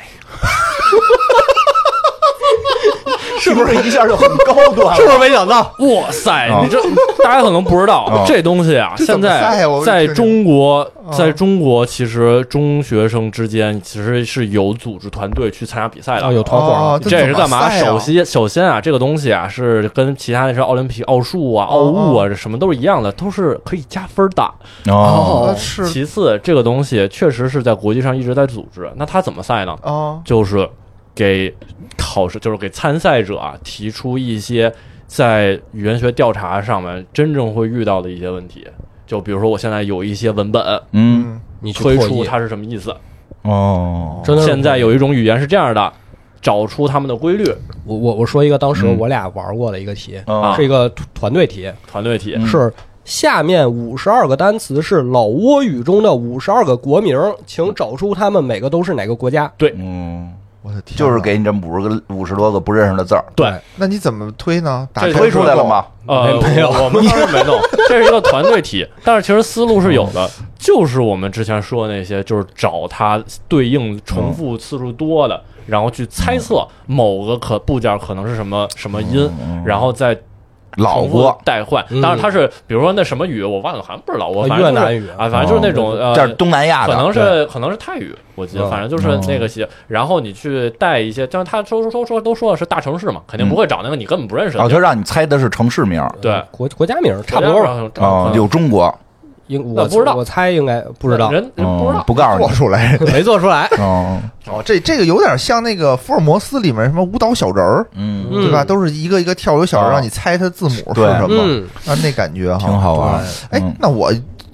S1: 是不是一下就很高端了？
S3: 是不是没想到？
S4: 哇塞！你这大家可能不知道，这东西啊，现在在中国，其实中学生之间其实是有组织团队去参加比赛的，
S3: 有团伙。
S4: 这是干嘛？首先啊，这个东西啊是跟其他那些奥林匹克、奥数啊、奥物啊，什么都是一样的，都是可以加分的。
S2: 是。
S4: 其次，这个东西确实是在国际上一直在组织。那他怎么赛呢？就是给考试，就是给参赛者啊提出一些在语言学调查上面真正会遇到的一些问题。就比如说，我现在有一些文本，你推出它是什么意思？现在有一种语言是这样的，找出它们的规律。
S3: 我说一个当时我俩玩过的一个题，是一个团队题，是下面52个单词是老挝语中的52个国名，请找出它们每个都是哪个国家。
S4: 对，
S2: 我的天，
S1: 就是给你这50多个不认识的字儿。
S4: 对，
S2: 那你怎么推呢？
S1: 这推出来了吗？
S3: 没有，
S4: 我们当时没弄。这是一个团队题，但是其实思路是有的，就是我们之前说的那些，就是找它对应重复次数多的，然后去猜测某个部件可能是什么音，然后再
S1: 老挝
S4: 代换。当然它是比如说那什么语我忘了，好像不是老挝，
S3: 越南语
S4: 啊，反正就是那种
S1: 这是东南亚的，
S4: 可能是泰语，我记得，反正就是那个些。然后你去带一些，就是他都说的是大城市嘛，肯定不会找那个你根本不认识的，
S1: 就让你猜的是城市名，
S4: 对，
S3: 国家名差不多吧。
S1: 有中国。
S3: 我不知道，我猜应该不知道，
S4: 人不知道，
S1: 不告诉你，
S2: 做出来
S3: 没做出来。
S2: 这个有点像那个福尔摩斯里面什么舞蹈小人儿，对吧？都是一个一个跳舞小人，让你猜它字母是什么，那感觉哈
S1: 挺好玩。
S2: 那我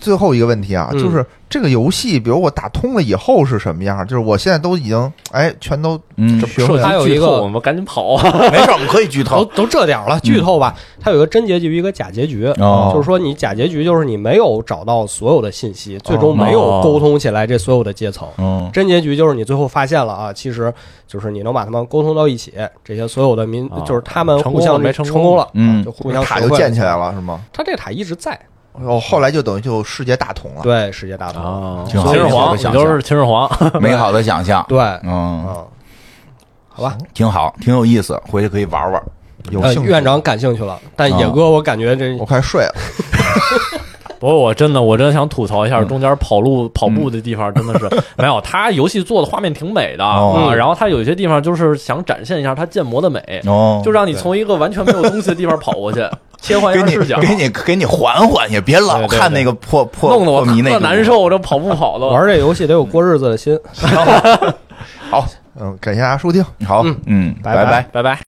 S2: 最后一个问题啊，就是这个游戏，比如我打通了以后是什么样？就是我现在都已经全都学会了。
S3: 它有一个，
S4: 我们赶紧跑啊！
S1: 没事，我们可以剧透，
S3: 都这点了，剧透吧。它有一个真结局，一个假结局。就是说你假结局就是你没有找到所有的信息，最终没有沟通起来这所有的阶层。真结局就是你最后发现了啊，其实就是你能把他们沟通到一起，这些所有的就是他们互相成功了，就互相
S2: 塔就建起来了，是吗？
S3: 它这个塔一直在。
S2: 后来就等于就世界大同了。
S3: 对，世界大同。
S1: 秦
S4: 始皇，你就是秦始皇，
S1: 美好的想象。
S3: 对，好吧，
S1: 挺好，挺有意思，回去可以玩玩。
S2: 有兴趣。
S3: 院长感兴趣了，但野哥我感觉这
S2: 我快睡了。
S4: 不过我真的想吐槽一下，中间跑步的地方真的是没有。他游戏做的画面挺美的然后他有一些地方就是想展现一下他建模的美就让你从一个完全没有东西的地方跑过去，切换一下视角，
S1: 给你缓缓，也别老看那个破
S4: 弄得我特难受，我这跑步跑的。
S3: 玩这游戏得有过日子的心。
S1: 好，
S2: 感谢大家收听，
S1: 好，拜拜。